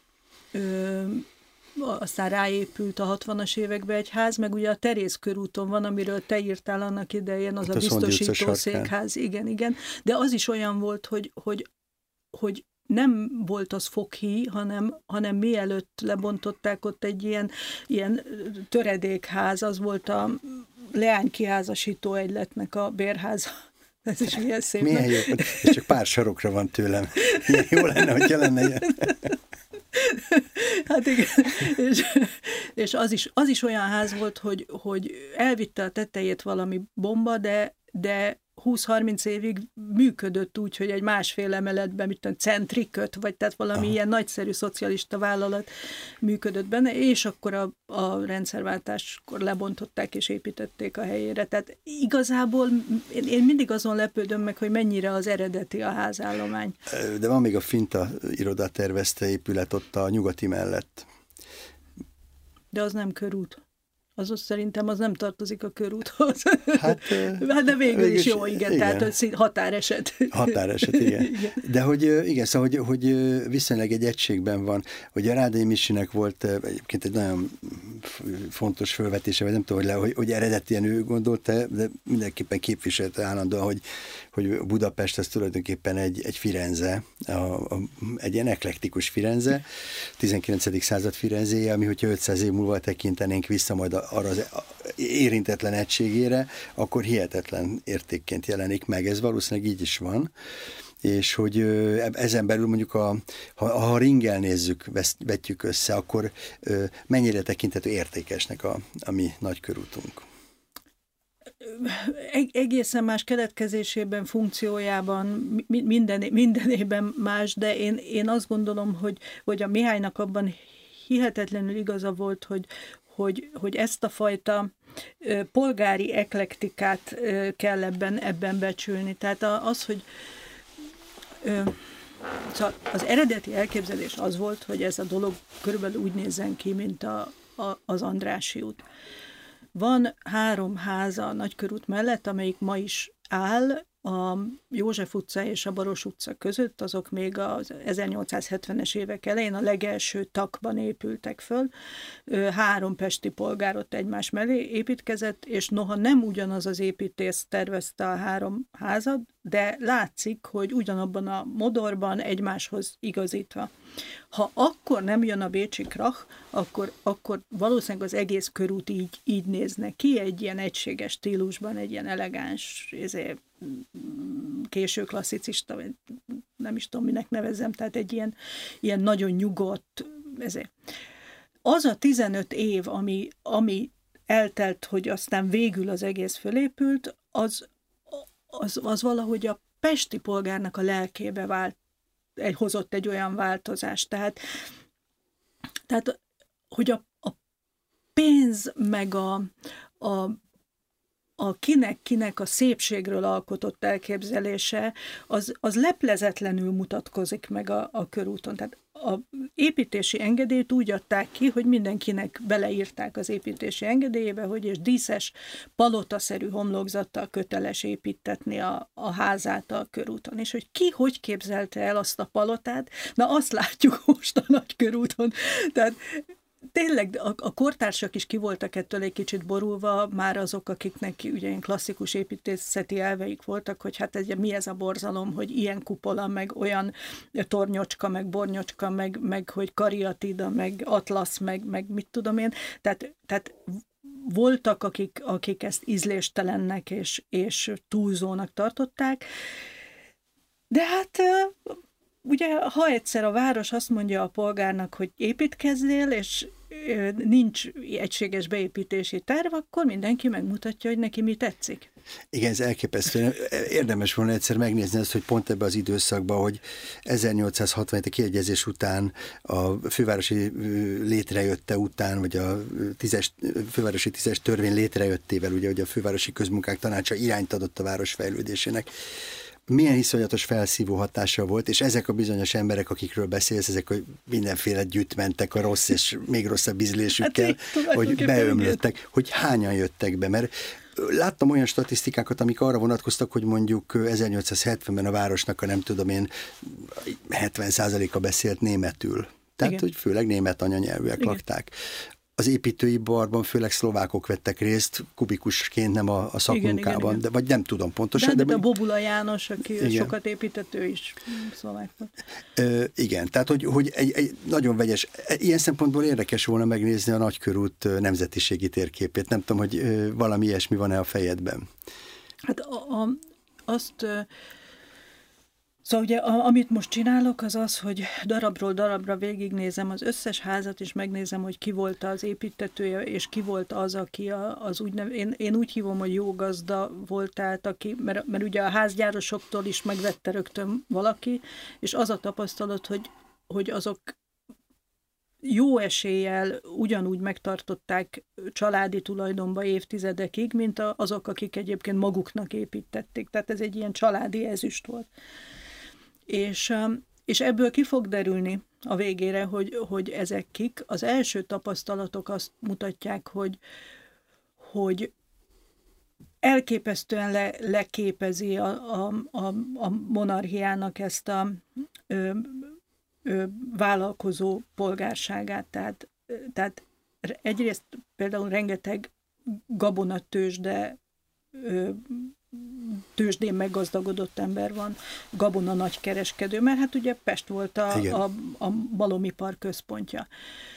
aztán ráépült a 60-as években egy ház, meg ugye a Teréz körúton van, amiről te írtál annak idején, az a biztosítószékház, igen, de az is olyan volt, hogy nem volt az foghíj, hanem mielőtt lebontották, ott egy ilyen töredékház, az volt a leánykiházasító egyletnek a bérháza. Ez is milyen szép. Milyen jó, és csak pár sarokra van tőlem. Milyen jó lenne, hogyha lenne ilyen. Hát igen, és az is olyan ház volt, hogy elvitte a tetejét valami bomba, de 20-30 évig működött úgy, hogy egy másfél emeletben, mint a Centriköt, vagy tehát valami ilyen nagyszerű szocialista vállalat működött benne, és akkor a rendszerváltáskor lebontották és építették a helyére. Tehát igazából én mindig azon lepődöm meg, hogy mennyire az eredeti a házállomány. De van még a Finta iroda tervezte épület ott a nyugati mellett. De az nem körút. Azaz szerintem az nem tartozik a körúthoz. Hát de végül is jó, igen. Tehát határeset. Határeset, igen. De hogy igen, szóval, hogy viszonylag egy egységben van, hogy a Rádai Misinek volt egyébként egy nagyon fontos felvetése, vagy nem tudom, hogy eredetien ő gondolta, de mindenképpen képviselte állandóan, hogy Budapest az tulajdonképpen egy Firenze, egy ilyen eklektikus Firenze, 19. század Firenzéje, ami hogyha 500 év múlva tekintenénk vissza majd arra az érintetlen egységére, akkor hihetetlen értékként jelenik meg. Ez valószínűleg így is van. És hogy ezen belül mondjuk, ha ringel nézzük, vetjük össze, akkor mennyire tekinthető értékesnek a mi nagykörútunk? Egészen más keletkezésében, funkciójában, mindenében más, de én azt gondolom, hogy a Mihálynak abban hihetetlenül igaza volt, hogy ezt a fajta polgári eklektikát kell ebben becsülni. Tehát az, hogy szóval az eredeti elképzelés az volt, hogy ez a dolog körülbelül úgy nézzen ki, mint az Andrássy út. Van 3 háza a Nagykörút mellett, amelyik ma is áll, a József utca és a Baros utca között, azok még az 1870-es évek elején a legelső takban épültek föl. 3 pesti polgár ott egymás mellé építkezett, és noha nem ugyanaz az építész tervezte a 3 házat, de látszik, hogy ugyanabban a modorban egymáshoz igazítva. Ha akkor nem jön a bécsi krach, akkor valószínűleg az egész körút így nézne ki, egy ilyen egységes stílusban, egy ilyen elegáns, késő klasszicista, nem is tudom, minek nevezzem, tehát egy ilyen nagyon nyugodt, Az a 15 év, ami eltelt, hogy aztán végül az egész fölépült, az valahogy a pesti polgárnak a lelkébe hozott egy olyan változást. Tehát hogy a pénz meg a kinek a szépségről alkotott elképzelése, az leplezetlenül mutatkozik meg a körúton. Tehát a építési engedélyt úgy adták ki, hogy mindenkinek beleírták az építési engedélyébe, hogy és díszes, palotaszerű homlokzattal köteles építetni a házát a körúton. És hogy ki hogy képzelte el azt a palotát, na azt látjuk most a nagy körúton. Tehát tényleg a kortársak is ki voltak ettől egy kicsit borulva, már azok, akiknek ugye ilyen klasszikus építészeti elveik voltak, hogy hát mi ez a borzalom, hogy ilyen kupola, meg olyan tornyocska, meg bornyocska, meg hogy kariatida, meg atlasz, meg mit tudom én. Tehát voltak, akik ezt ízléstelennek és túlzónak tartották, de hát ugye, ha egyszer a város azt mondja a polgárnak, hogy építkezzél, és nincs egységes beépítési terv, akkor mindenki megmutatja, hogy neki mi tetszik. Igen, ez elképesztő. Érdemes volna egyszer megnézni azt, hogy pont ebben az időszakban, hogy 1860 a kiegyezés után, a fővárosi létrejötte után, vagy a fővárosi 10-es törvény létrejöttével, ugye, hogy a fővárosi közmunkák tanácsa irányt adott a város fejlődésének, milyen iszonyatos felszívó hatása volt, és ezek a bizonyos emberek, akikről beszélsz, ezek mindenféle gyűjt mentek a rossz és még rosszabb ízlésükkel, hogy beömlöttek, hogy hányan jöttek be, mert láttam olyan statisztikákat, amik arra vonatkoztak, hogy mondjuk 1870-ben a városnak a nem tudom én 70%-a beszélt németül. Tehát, igen, hogy főleg német anyanyelvűek lakták. Az építőiparban főleg szlovákok vettek részt, kubikusként, nem a szakmunkában, igen. De vagy nem tudom pontosan. De a Bobula János, aki igen, sokat épített, ő is szlovák volt. Igen, tehát hogy egy nagyon vegyes, ilyen szempontból érdekes volna megnézni a Nagykörút nemzetiségi térképét. Nem tudom, hogy valami ilyesmi van-e a fejedben. Hát Szóval ugye, amit most csinálok, az, hogy darabról darabra végignézem az összes házat, és megnézem, hogy ki volt az építtetője, és ki volt az, aki az én úgy hívom, hogy jó gazda volt, tehát aki, mert ugye a házgyárosoktól is megvette rögtön valaki, és az a tapasztalat, hogy azok jó eséllyel ugyanúgy megtartották családi tulajdonba évtizedekig, mint azok, akik egyébként maguknak építették. Tehát ez egy ilyen családi ezüst volt. És ebből ki fog derülni a végére, hogy ezek kik. Az első tapasztalatok azt mutatják, hogy elképesztően leképezi a monarchiának ezt a vállalkozó polgárságát. Tehát egyrészt például rengeteg gabonatőzsde, tőzsdén meggazdagodott ember van, gabona nagykereskedő, mert hát ugye Pest volt a malomipar központja.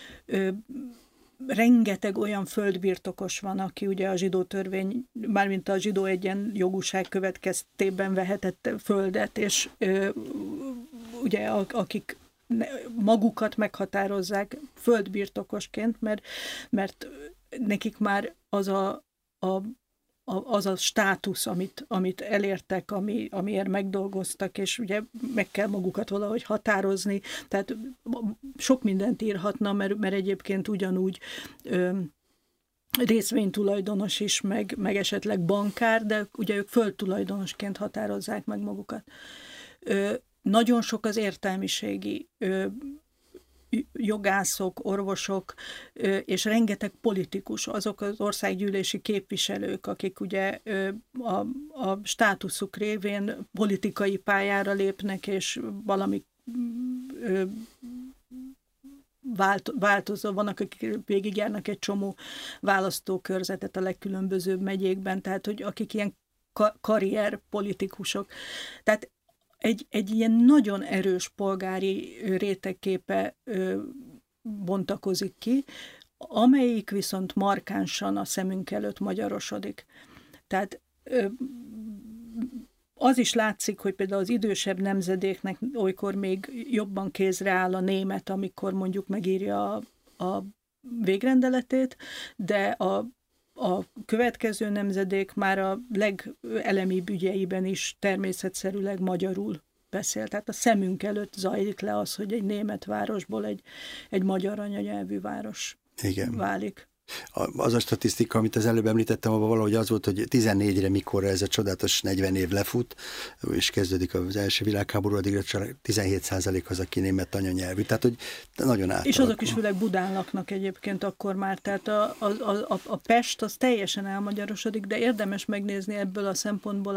Rengeteg olyan földbirtokos van, aki ugye a zsidó törvény, mármint a zsidó egyenjogúság következtében vehetett földet, és ugye akik magukat meghatározzák földbirtokosként, mert nekik már az a státusz, amit elértek, amiért megdolgoztak, és ugye meg kell magukat valahogy határozni. Tehát sok mindent írhatna, mert egyébként ugyanúgy részvénytulajdonos is, meg esetleg bankár, de ugye ők földtulajdonosként határozzák meg magukat. Nagyon sok az értelmiségi jogászok, orvosok, és rengeteg politikus, azok az országgyűlési képviselők, akik ugye a státuszuk révén politikai pályára lépnek, és valami változó, vannak, akik végigjárnak egy csomó választókörzetet a legkülönbözőbb megyékben, tehát hogy akik ilyen karrierpolitikusok. Tehát egy ilyen nagyon erős polgári rétegképe bontakozik ki, amelyik viszont markánsan a szemünk előtt magyarosodik. Tehát az is látszik, hogy például az idősebb nemzedéknek olykor még jobban kézre áll a német, amikor mondjuk megírja a végrendeletét, de a következő nemzedék már a legelemibb ügyeiben is természetszerűleg magyarul beszél. Tehát a szemünk előtt zajlik le az, hogy egy német városból egy magyar anyanyelvű város válik. Az a statisztika, amit az előbb említettem, abban valahogy az volt, hogy 14-re, mikor ez a csodálatos 40 év lefut, és kezdődik az első világháború, addigra csak 17% az, aki német anyanyelvű. Tehát, hogy nagyon átalakul. És azok is főleg Budán laknak egyébként akkor már. Tehát a Pest az teljesen elmagyarosodik, de érdemes megnézni ebből a szempontból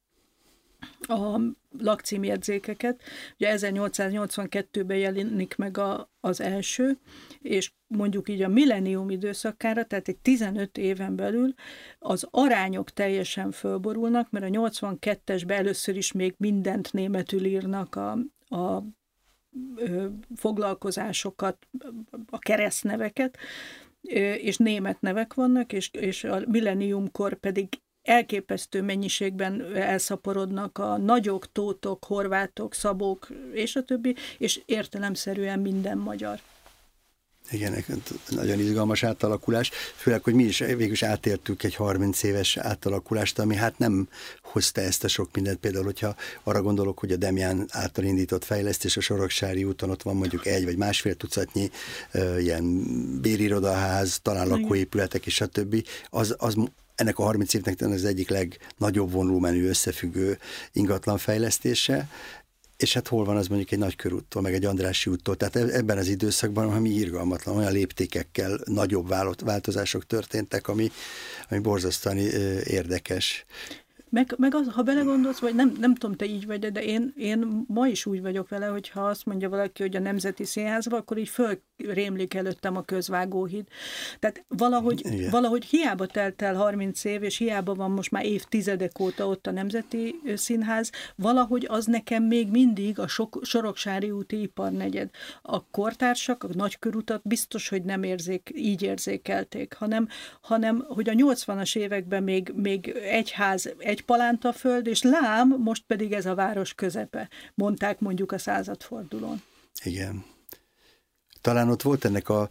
a lakcímjegyzékeket. Ugye 1882-ben jelenik meg az első, és mondjuk így a millennium időszakára, tehát egy 15 éven belül az arányok teljesen fölborulnak, mert a 82-esben először is még mindent németül írnak a foglalkozásokat, a keresztneveket, és német nevek vannak, és a millenniumkor pedig elképesztő mennyiségben elszaporodnak a nagyok, tótok, horvátok, szabók, és a többi, és értelemszerűen minden magyar. Igen, nagyon izgalmas átalakulás, főleg, hogy mi is végül is átértük egy 30 éves átalakulást, ami hát nem hozta ezt a sok mindent. Például, hogyha arra gondolok, hogy a Demján által indított fejlesztés a Soroksári úton, ott van mondjuk 1 vagy másfél tucatnyi ilyen bérirodaház, talán lakóépületek és a többi, az ennek a 30 évnek az egyik legnagyobb volumenű összefüggő ingatlan fejlesztése, és hát hol van az mondjuk egy Nagykörúttól, meg egy Andrássy úttól, tehát ebben az időszakban, ami irgalmatlan, olyan léptékekkel nagyobb változások történtek, ami borzasztóan érdekes. Meg az, ha belegondolsz, vagy nem tudom, te így vagy, de én ma is úgy vagyok vele, hogyha azt mondja valaki, hogy a Nemzeti Színházba, akkor így fölrémlik előttem a Közvágóhíd. Tehát valahogy hiába telt el 30 év, és hiába van most már évtizedek óta ott a Nemzeti Színház, valahogy az nekem még mindig a Soroksári úti iparnegyed. A kortársak, a Nagykörutat biztos, hogy nem így érzékelték, hanem hogy a 80-as években még egy ház, egy palántaföld, és lám, most pedig ez a város közepe, mondták mondjuk a századfordulón. Igen. Talán ott volt ennek a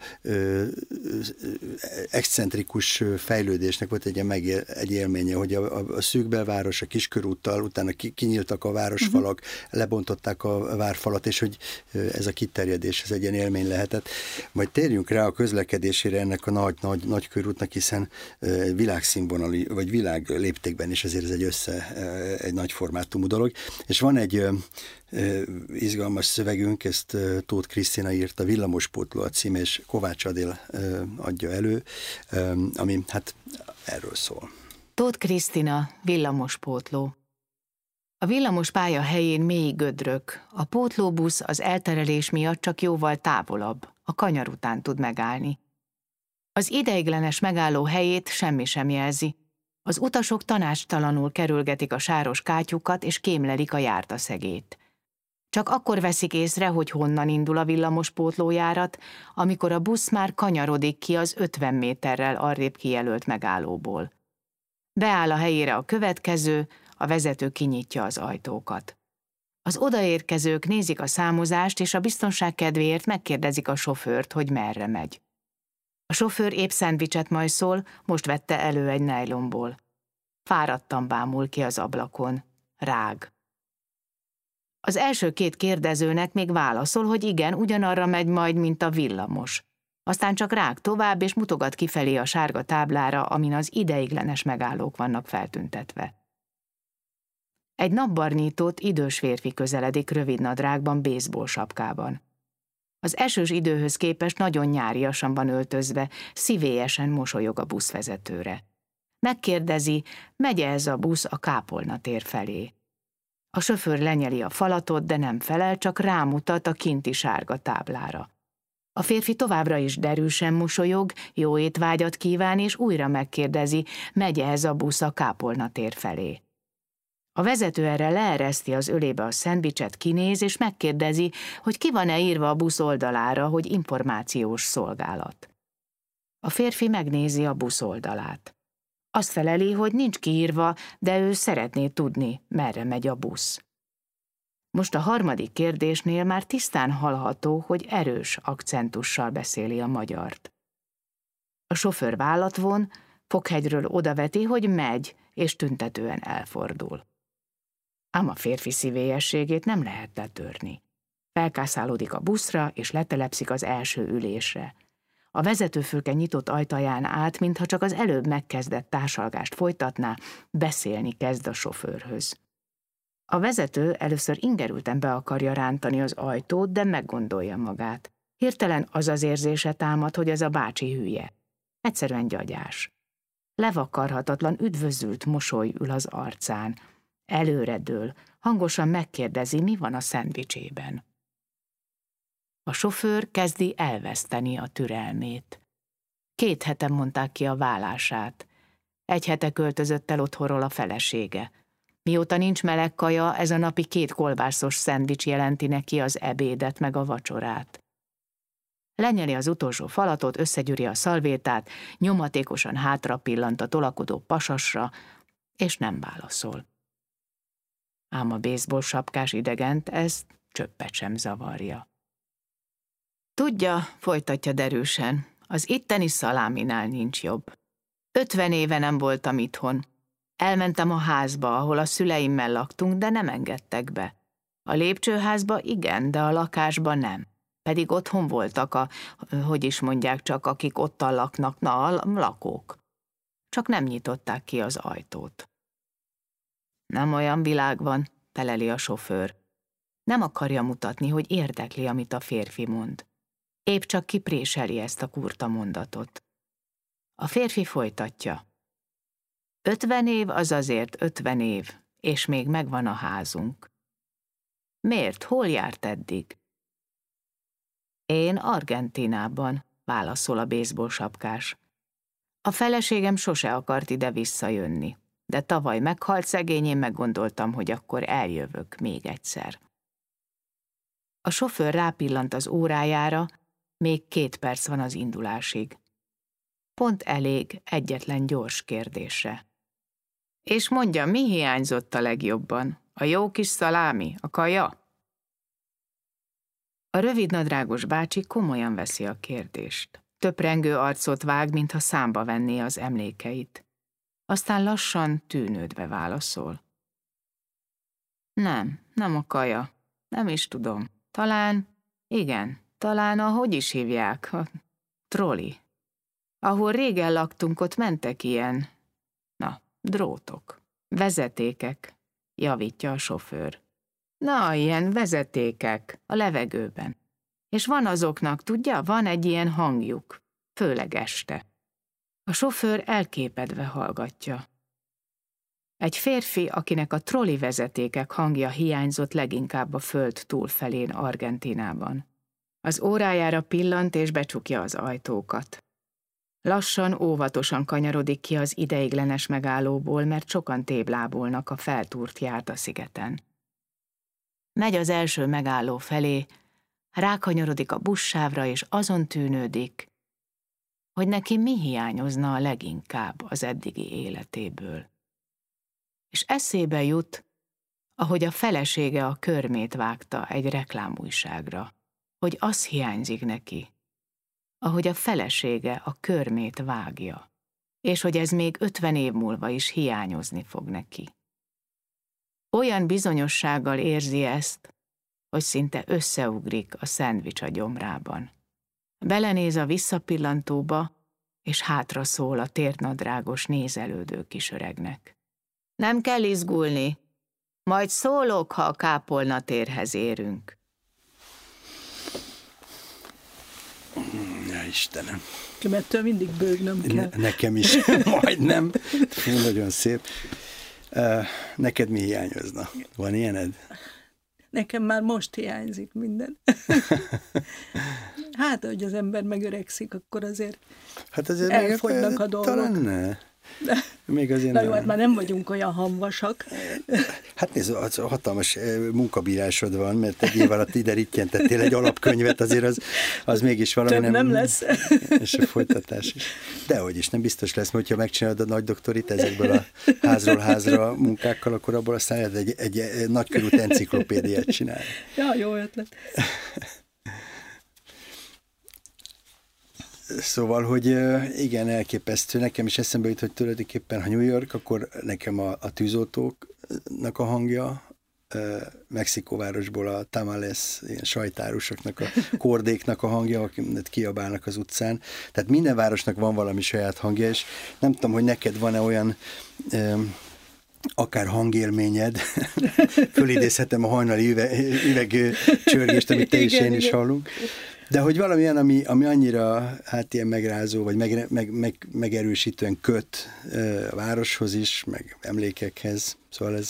excentrikus fejlődésnek volt egy élménye, hogy a szűk belváros, a Kiskörúttal, utána kinyíltak a városfalak, lebontották a várfalat, és hogy ez a kiterjedés, ez egy ilyen élmény lehetett. Majd térjünk rá a közlekedésére ennek a nagy körútnak, hiszen világszínvonali, vagy világ léptékben is azért ez egy nagy formátumú dolog. És van egy izgalmas szövegünk, ezt Tóth Krisztina írt, a Villamospótló a cím, és Kovács Adél adja elő, ami hát erről szól. Tóth Krisztina, Villamospótló. A villamospálya helyén mély gödrök, a pótlóbusz az elterelés miatt csak jóval távolabb, a kanyar után tud megállni. Az ideiglenes megálló helyét semmi sem jelzi. Az utasok tanácstalanul kerülgetik a sáros kátyukat és kémlelik a jártaszegét. Csak akkor veszik észre, hogy honnan indul a villamospótlójárat, amikor a busz már kanyarodik ki az 50 méterrel arrébb kijelölt megállóból. Beáll a helyére a következő, a vezető kinyitja az ajtókat. Az odaérkezők nézik a számozást, és a biztonság kedvéért megkérdezik a sofőrt, hogy merre megy. A sofőr épp szendvicset majszol, most vette elő egy nájlonból. Fáradtan bámul ki az ablakon. Rág. Az első két kérdezőnek még válaszol, hogy igen, ugyanarra megy majd, mint a villamos. Aztán csak rág tovább, és mutogat kifelé a sárga táblára, amin az ideiglenes megállók vannak feltüntetve. Egy napbarnított, idős férfi közeledik rövid nadrágban, baseball sapkában. Az esős időhöz képest nagyon nyáriasan van öltözve, szívélyesen mosolyog a buszvezetőre. Megkérdezi, megy-e ez a busz a Kápolna tér felé. A sofőr lenyeli a falatot, de nem felel, csak rámutat a kinti sárga táblára. A férfi továbbra is derűsen mosolyog, jó étvágyat kíván, és újra megkérdezi, megy-e ez a busz a Kápolna tér felé. A vezető erre leereszti az ölébe a szendvicset, kinéz, és megkérdezi, hogy ki van-e írva a busz oldalára, hogy információs szolgálat. A férfi megnézi a busz oldalát. Azt feleli, hogy nincs kiírva, de ő szeretné tudni, merre megy a busz. Most a harmadik kérdésnél már tisztán hallható, hogy erős akcentussal beszéli a magyart. A sofőr vállat von, foghegyről odaveti, hogy megy, és tüntetően elfordul. Ám a férfi szívélyességét nem lehet letörni. Felkászálódik a buszra, és letelepszik az első ülésre. A vezetőfülke nyitott ajtaján át, mintha csak az előbb megkezdett társalgást folytatná, beszélni kezd a sofőrhöz. A vezető először ingerülten be akarja rántani az ajtót, de meggondolja magát. Hirtelen az az érzése támad, hogy ez a bácsi hülye. Egyszerűen gyagyás. Levakarhatatlan, üdvözült mosoly ül az arcán. Előredől, hangosan megkérdezi, mi van a szendvicsében. A sofőr kezdi elveszteni a türelmét. 2 hete mondták ki a válását. 1 hete költözött el otthonról a felesége. Mióta nincs meleg kaja, ez a napi 2 kolbászos szendvics jelenti neki az ebédet meg a vacsorát. Lenyeli az utolsó falatot, összegyűri a szalvétát, nyomatékosan hátra pillant a tolakodó pasasra, és nem válaszol. Ám a baseball sapkás idegent ez csöppet sem zavarja. Tudja, folytatja derűsen, az itteni szaláminál nincs jobb. 50 éve nem voltam itthon. Elmentem a házba, ahol a szüleimmel laktunk, de nem engedtek be. A lépcsőházba igen, de a lakásba nem. Pedig otthon voltak akik ottan laknak, a lakók. Csak nem nyitották ki az ajtót. Nem olyan világ van, feleli a sofőr. Nem akarja mutatni, hogy érdekli, amit a férfi mond. Épp csak kipréseli ezt a kurta mondatot. A férfi folytatja. 50 év az azért 50 év, és még megvan a házunk. Miért? Hol járt eddig? Én Argentínában, válaszol a baseball sapkás. A feleségem sose akart ide visszajönni, de tavaly meghalt szegény, én meggondoltam, hogy akkor eljövök még egyszer. A sofőr rápillant az órájára, még 2 perc van az indulásig. Pont elég egyetlen gyors kérdésre. És mondja, mi hiányzott a legjobban? A jó kis szalámi, a kaja? A rövidnadrágos bácsi komolyan veszi a kérdést. Töprengő arcot vág, mintha számba venné az emlékeit. Aztán lassan, tűnődve válaszol. Nem a kaja. Nem is tudom. Talán ahogy is hívják, a troli. Ahol régen laktunk, ott mentek ilyen, drótok, vezetékek, javítja a sofőr. Ilyen vezetékek a levegőben. És van azoknak, tudja, van egy ilyen hangjuk, főleg este. A sofőr elképedve hallgatja. Egy férfi, akinek a troli vezetékek hangja hiányzott leginkább a föld túlfelén Argentínában. Az órájára pillant és becsukja az ajtókat. Lassan, óvatosan kanyarodik ki az ideiglenes megállóból, mert sokan téblábolnak a feltúrt járda szigeten. Megy az első megálló felé, rákanyarodik a buszsávra, és azon tűnődik, hogy neki mi hiányozna a leginkább az eddigi életéből. És eszébe jut, ahogy a felesége a körmét vágta egy reklámújságra, hogy az hiányzik neki, ahogy a felesége a körmét vágja, és hogy ez még 50 év múlva is hiányozni fog neki. Olyan bizonyossággal érzi ezt, hogy szinte összeugrik a szendvics a gyomrában. Belenéz a visszapillantóba, és hátra szól a térnadrágos nézelődő kisöregnek. Nem kell izgulni, majd szólok, ha a Kápolna térhez érünk. Istenem. Ettől mindig bőgnöm kell. Nekem is, majdnem. Nagyon szép. Neked mi hiányozna? Van ilyened? Nekem már most hiányzik minden. Hát, hogy az ember megöregszik, akkor azért, elfogynak a dolgok. Talán ne. Még azért na jó, hát már nem vagyunk olyan hamvasak. Hát nézd, az hatalmas munkabírásod van, mert egy év alatt ide rittyentettél egy alapkönyvet, azért az mégis valami nem lesz. És a folytatás is. Dehogy is, nem biztos lesz, mert ha megcsinálod a nagy doktorit ezekből a házról házra munkákkal, akkor abból aztán egy nagykörút enciklopédiát csinálni. Ja, jó ötlet. Szóval, hogy igen, elképesztő. Nekem is eszembe jut, hogy tulajdonképpen, ha New York, akkor nekem a tűzoltóknak a hangja, Mexikóvárosból a tamales, ilyen sajtárusoknak, a kordéknak a hangja, akik kiabálnak az utcán. Tehát minden városnak van valami saját hangja, és nem tudom, hogy neked van-e olyan akár hangélményed, fölidézhetem a hajnali üvegcsörgést, amit te és én is hallunk. De hogy valami olyan, ami annyira hát ilyen megrázó, vagy megerősítően köt a városhoz is, meg emlékekhez. Szóval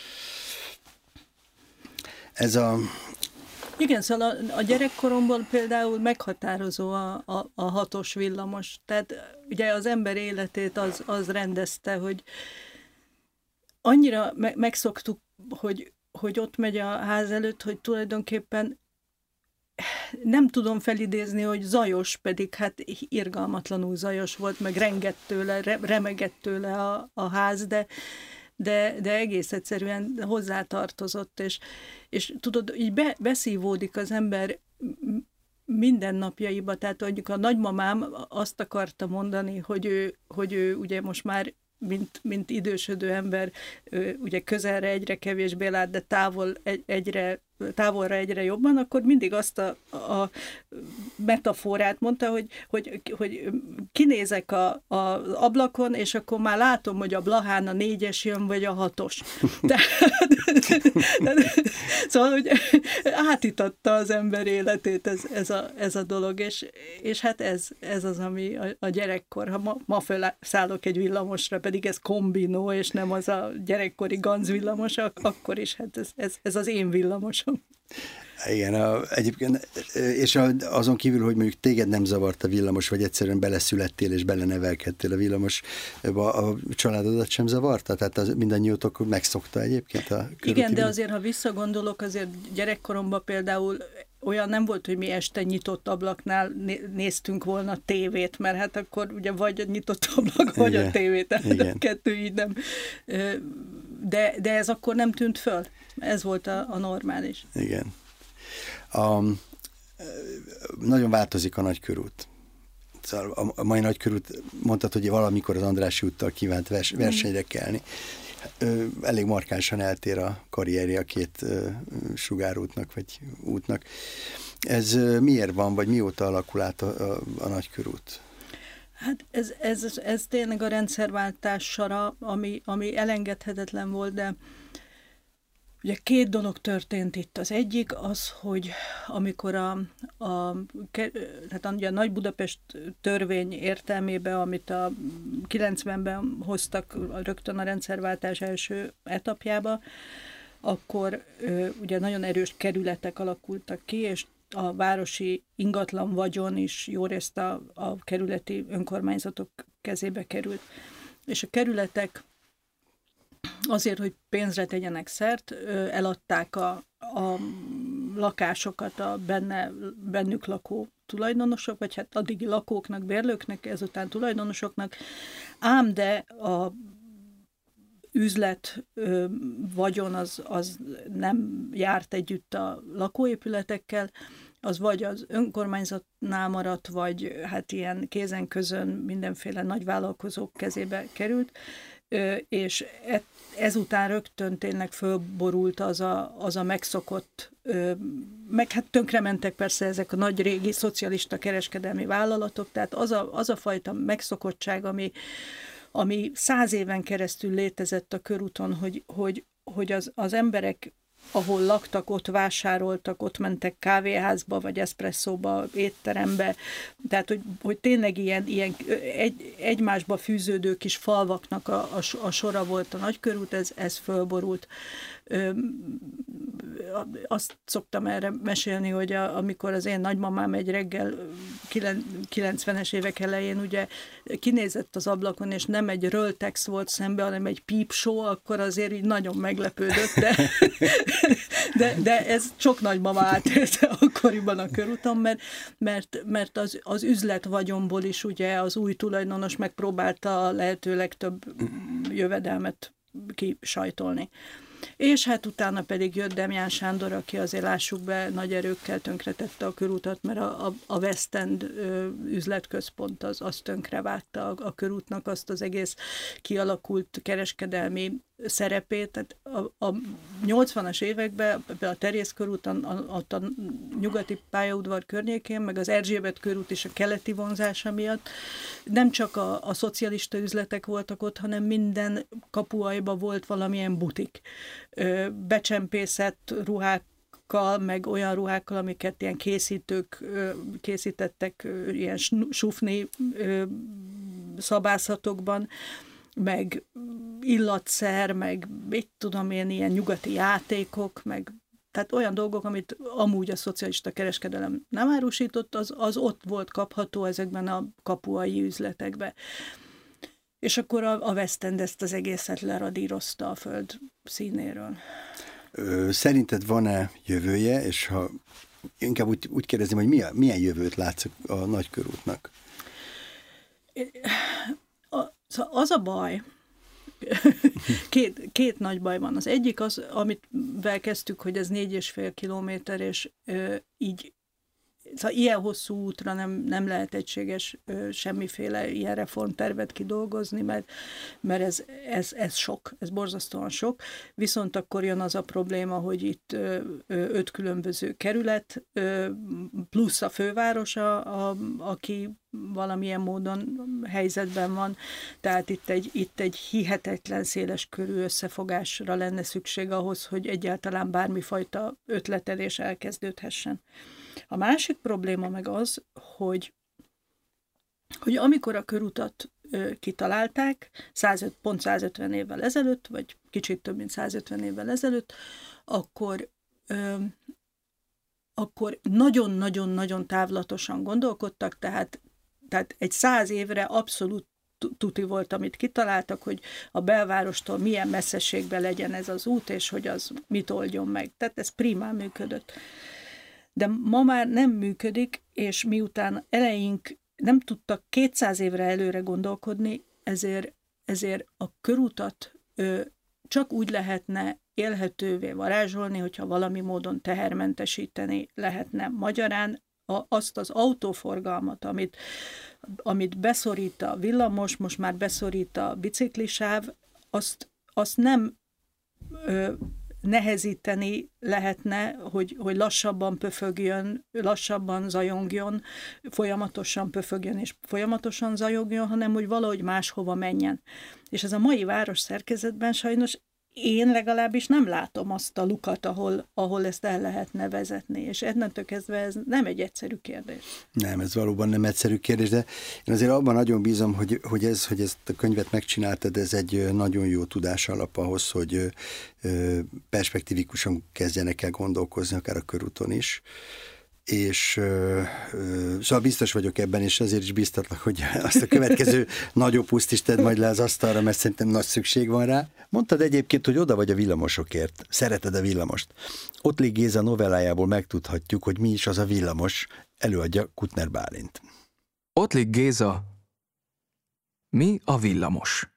ez a... Igen, szóval a gyerekkoromból például meghatározó a 6-os villamos. Tehát ugye az ember életét az rendezte, hogy annyira megszoktuk, hogy ott megy a ház előtt, hogy tulajdonképpen nem tudom felidézni, hogy zajos, pedig hát irgalmatlanul zajos volt, meg rengett tőle, remegett tőle a ház, de egész egyszerűen hozzátartozott, és tudod, így beszívódik az ember mindennapjaiba, tehát mondjuk a nagymamám azt akarta mondani, hogy ő ugye most már mint idősödő ember, ugye közelre egyre kevésbé lát, de távolra egyre jobban, akkor mindig azt a metaforát mondta, hogy kinézek az ablakon, és akkor már látom, hogy a Blahán a 4-es jön, vagy a 6-os. Szóval, hogy átitatta az ember életét ez a dolog, és hát ez az, ami a gyerekkor, ha ma felszállok egy villamosra, pedig ez kombinó, és nem az a gyerekkori Ganz villamos, akkor is, hát ez az én villamosom. Igen, egyébként, és azon kívül, hogy mondjuk téged nem zavart a villamos, vagy egyszerűen beleszülettél és belenevelkedtél a villamosba, a családodat sem zavarta? Tehát mindannyiótok megszokta egyébként a körúti? Igen, de azért, ha visszagondolok, azért gyerekkoromban például olyan nem volt, hogy mi este nyitott ablaknál néztünk volna tévét, mert hát akkor ugye vagy a nyitott ablak, vagy a tévét, tehát a kettő így nem. De ez akkor nem tűnt föl. Ez volt a normális. Igen. Nagyon változik a nagykörút. Szóval a mai nagykörút, mondtad, hogy valamikor az Andrássy úttal kívánt versenyre kelni. Elég markánsan eltér a karrierje a két sugárútnak, vagy útnak. Ez miért van, vagy mióta alakul át a nagykörút? Hát ez tényleg a rendszerváltás sara, ami elengedhetetlen volt, de ugye 2 dolog történt itt. Az egyik az, hogy amikor tehát ugye a Nagy Budapest törvény értelmében, amit a 90-ben hoztak rögtön a rendszerváltás első etapjába, akkor ugye nagyon erős kerületek alakultak ki, és a városi ingatlan vagyon is jó részt a kerületi önkormányzatok kezébe került. És a kerületek azért, hogy pénzre tegyenek szert, eladták a lakásokat a bennük lakó tulajdonosok, vagy hát addigi lakóknak, bérlőknek, ezután tulajdonosoknak, ám de a üzlet vagyon az nem járt együtt a lakóépületekkel, az vagy az önkormányzatnál maradt, vagy hát ilyen kézen-közön mindenféle nagyvállalkozók kezébe került, és ezután rögtön tényleg fölborult az a megszokott, meg hát tönkrementek persze ezek a nagy régi szocialista kereskedelmi vállalatok, tehát az a fajta megszokottság, ami 100 éven keresztül létezett a körúton, hogy az emberek ahol laktak, ott vásároltak, ott mentek kávéházba, vagy eszpresszóba, étterembe. Tehát, hogy tényleg ilyen egymásba fűződő kis falvaknak a sora volt a Nagykörút, ez fölborult. Azt szoktam erre mesélni, hogy amikor az én nagymamám egy reggel 90-es évek elején ugye kinézett az ablakon, és nem egy röltex volt szembe, hanem egy pípsó, akkor azért így nagyon meglepődött, de ez sok nagymama átélte akkoriban a körúton, mert az üzletvagyonból is ugye az új tulajdonos megpróbálta lehető legtöbb jövedelmet kisajtolni. És hát utána pedig jött Demján Sándor, aki azért lássuk be, nagy erőkkel tönkretette a körútat, mert a West End üzletközpont az tönkrevágta a körútnak azt az egész kialakult kereskedelmi szerepét. Tehát a 80-as években a Terész körúton, a nyugati pályaudvar környékén, meg az Erzsébet körút is a keleti vonzása miatt nem csak a szocialista üzletek voltak ott, hanem minden kapuajban volt valamilyen butik. Becsempészett ruhákkal, meg olyan ruhákkal, amiket ilyen készítők készítettek ilyen sufni szabászatokban, meg illatszer, meg mit tudom én, ilyen nyugati játékok, meg tehát olyan dolgok, amit amúgy a szocialista kereskedelem nem árusított, az ott volt kapható ezekben a kapuai üzletekben. És akkor a West End ezt az egészet leradírozta a föld színéről. Szerinted van-e jövője, és ha inkább úgy kérdezném, hogy milyen jövőt látsz a Nagykörútnak? Az a baj, két nagy baj van. Az egyik az, amit kezdtük, hogy ez 4,5 kilométer, és így szóval ilyen hosszú útra nem lehet egységes semmiféle ilyen reformtervet kidolgozni, mert ez sok, ez borzasztóan sok. Viszont akkor jön az a probléma, hogy itt 5 különböző kerület, plusz a főváros, aki valamilyen módon helyzetben van. Tehát itt egy hihetetlen széles körű összefogásra lenne szükség ahhoz, hogy egyáltalán bármifajta ötletelés elkezdődhessen. A másik probléma meg az, hogy amikor a körútat kitalálták, pont 150 évvel ezelőtt, vagy kicsit több mint 150 évvel ezelőtt, akkor nagyon-nagyon-nagyon távlatosan gondolkodtak, tehát egy 100 évre abszolút tuti volt, amit kitaláltak, hogy a belvárostól milyen messzeségben legyen ez az út, és hogy az mit oldjon meg. Tehát ez primán működött. De ma már nem működik, és miután eleink nem tudtak 200 évre előre gondolkodni, ezért a körútat csak úgy lehetne élhetővé varázsolni, hogyha valami módon tehermentesíteni lehetne. Magyarán azt az autóforgalmat, amit beszorít a villamos, most már beszorít a biciklisáv, azt nem nehezíteni lehetne, hogy lassabban pöfögjön, lassabban zajongjon, folyamatosan pöfögjön és folyamatosan zajongjon, hanem hogy valahogy máshova menjen. És ez a mai város szerkezetben sajnos én legalábbis nem látom azt a lukat, ahol ezt el lehetne vezetni, és innentől kezdve ez nem egy egyszerű kérdés. Nem, ez valóban nem egyszerű kérdés, de én azért abban nagyon bízom, hogy ezt a könyvet megcsináltad, ez egy nagyon jó tudás alap ahhoz, hogy perspektívikusan kezdjenek el gondolkozni, akár a körúton is. És szóval biztos vagyok ebben, és azért is biztatlak, hogy azt a következő nagy opuszt is tedd majd le az asztalra, mert szerintem nagy szükség van rá. Mondtad egyébként, hogy oda vagy a villamosokért. Szereted a villamost. Ottlik Géza novellájából megtudhatjuk, hogy mi is az a villamos, előadja Kuttner Bálint. Ottlik Géza, mi a villamos?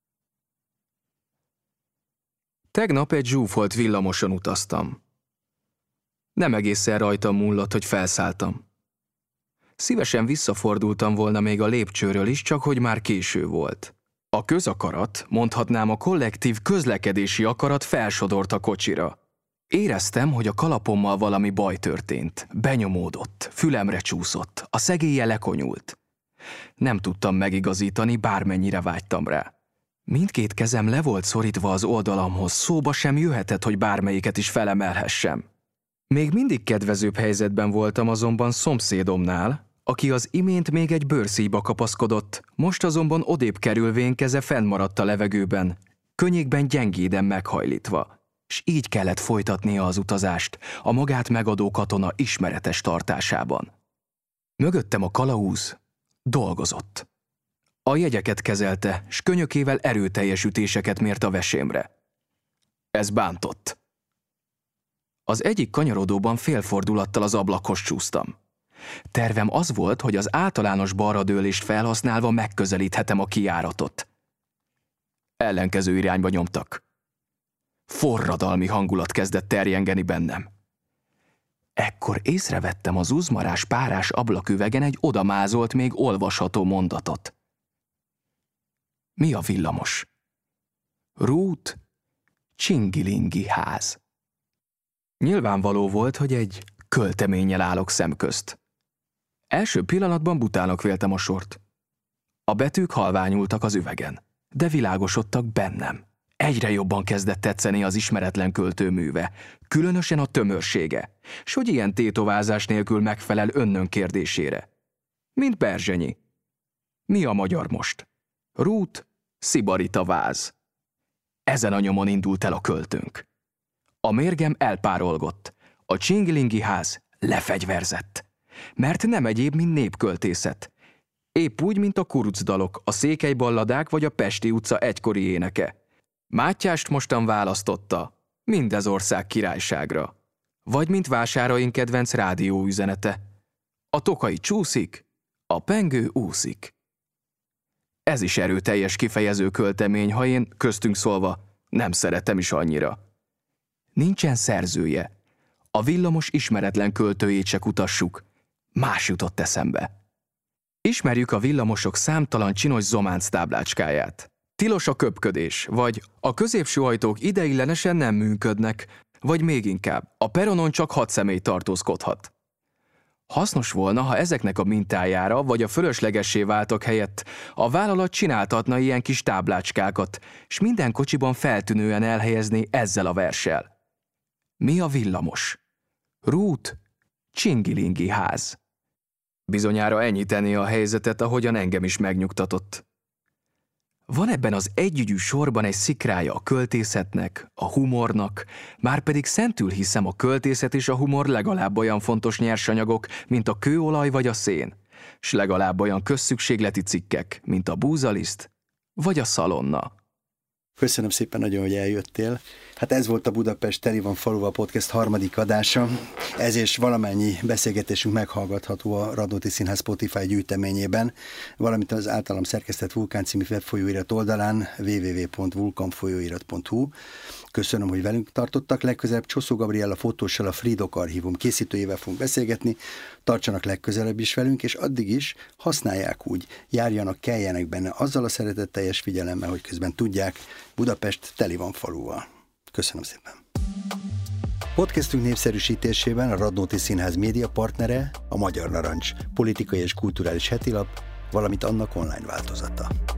Tegnap egy zsúfolt villamoson utaztam. Nem egészen rajtam múlott, hogy felszálltam. Szívesen visszafordultam volna még a lépcsőről is, csak hogy már késő volt. A közakarat, mondhatnám a kollektív közlekedési akarat felsodort a kocsira. Éreztem, hogy a kalapommal valami baj történt. Benyomódott, fülemre csúszott, a szegélye lekonyult. Nem tudtam megigazítani, bármennyire vágytam rá. Mindkét kezem le volt szorítva az oldalamhoz, szóba sem jöhetett, hogy bármelyiket is felemelhessem. Még mindig kedvezőbb helyzetben voltam azonban szomszédomnál, aki az imént még egy bőrszíjba kapaszkodott, most azonban odébb kerülvén keze fennmaradt a levegőben, könnyékben gyengéden meghajlítva, s így kellett folytatnia az utazást a magát megadó katona ismeretes tartásában. Mögöttem a kalauz dolgozott. A jegyeket kezelte, s könyökével erőteljes ütéseket mért a vesémre. Ez bántott. Az egyik kanyarodóban félfordulattal az ablakhoz csúsztam. Tervem az volt, hogy az általános balradőlést felhasználva megközelíthetem a kijáratot. Ellenkező irányba nyomtak. Forradalmi hangulat kezdett terjengeni bennem. Ekkor észrevettem az uzmarás párás ablaküvegen egy odamázolt, még olvasható mondatot. Mi a villamos? Rút, Csingilingi ház. Nyilvánvaló volt, hogy egy költeménnyel állok szemközt. Első pillanatban butának véltem a sort. A betűk halványultak az üvegen, de világosodtak bennem. Egyre jobban kezdett tetszeni az ismeretlen költő műve, különösen a tömörsége, s hogy ilyen tétovázás nélkül megfelel önnön kérdésére. Mint Berzsenyi. Mi a magyar most? Rút, Szibarita váz. Ezen a nyomon indult el a költőnk. A mérgem elpárolgott, a Csingilingi ház lefegyverzett, mert nem egyéb, mint népköltészet. Épp úgy, mint a kurucdalok, a székelyballadák vagy a Pesti utca egykori éneke. Mátyást mostan választotta, mindez ország királyságra. Vagy mint vásáraink kedvenc rádióüzenete. A tokai csúszik, a pengő úszik. Ez is erőteljes kifejező költemény, ha én, köztünk szólva, nem szeretem is annyira. Nincsen szerzője. A villamos ismeretlen költőjét se kutassuk. Más jutott eszembe. Ismerjük a villamosok számtalan csinos zománc táblácskáját. Tilos a köpködés, vagy a középső ajtók ideiglenesen nem működnek, vagy még inkább, a peronon csak 6 személy tartózkodhat. Hasznos volna, ha ezeknek a mintájára, vagy a fölöslegessé váltak helyett a vállalat csináltatna ilyen kis táblácskákat, s minden kocsiban feltűnően elhelyezni ezzel a verssel. Mi a villamos? Rút, Csingilingi ház. Bizonyára ennyi tenné a helyzetet, ahogyan engem is megnyugtatott. Van ebben az együgyű sorban egy szikrája a költészetnek, a humornak, márpedig szentül hiszem, a költészet és a humor legalább olyan fontos nyersanyagok, mint a kőolaj vagy a szén, s legalább olyan közszükségleti cikkek, mint a búzaliszt vagy a szalonna. Köszönöm szépen nagyon, hogy eljöttél. Hát ez volt a Budapest Teli van faluval podcast 3. adása. Ez és valamennyi beszélgetésünk meghallgatható a Radnóti Színház Spotify gyűjteményében, valamint az általam szerkesztett Vulkán című webfolyóirat oldalán www.vulkanfolyóirat.hu. Köszönöm, hogy velünk tartottak. Legközelebb Csoszó Gabriella fotóssal, a Fridok Archívum készítőjével fogunk beszélgetni. Tartsanak legközelebb is velünk, és addig is használják úgy, járjanak, keljenek benne azzal a szeretetteljes figyelemmel, hogy közben tudják, Budapest teli van faluval. Köszönöm szépen. Podcastünk népszerűsítésében a Radnóti Színház média partnere a Magyar Narancs, politikai és kulturális hetilap, valamint annak online változata.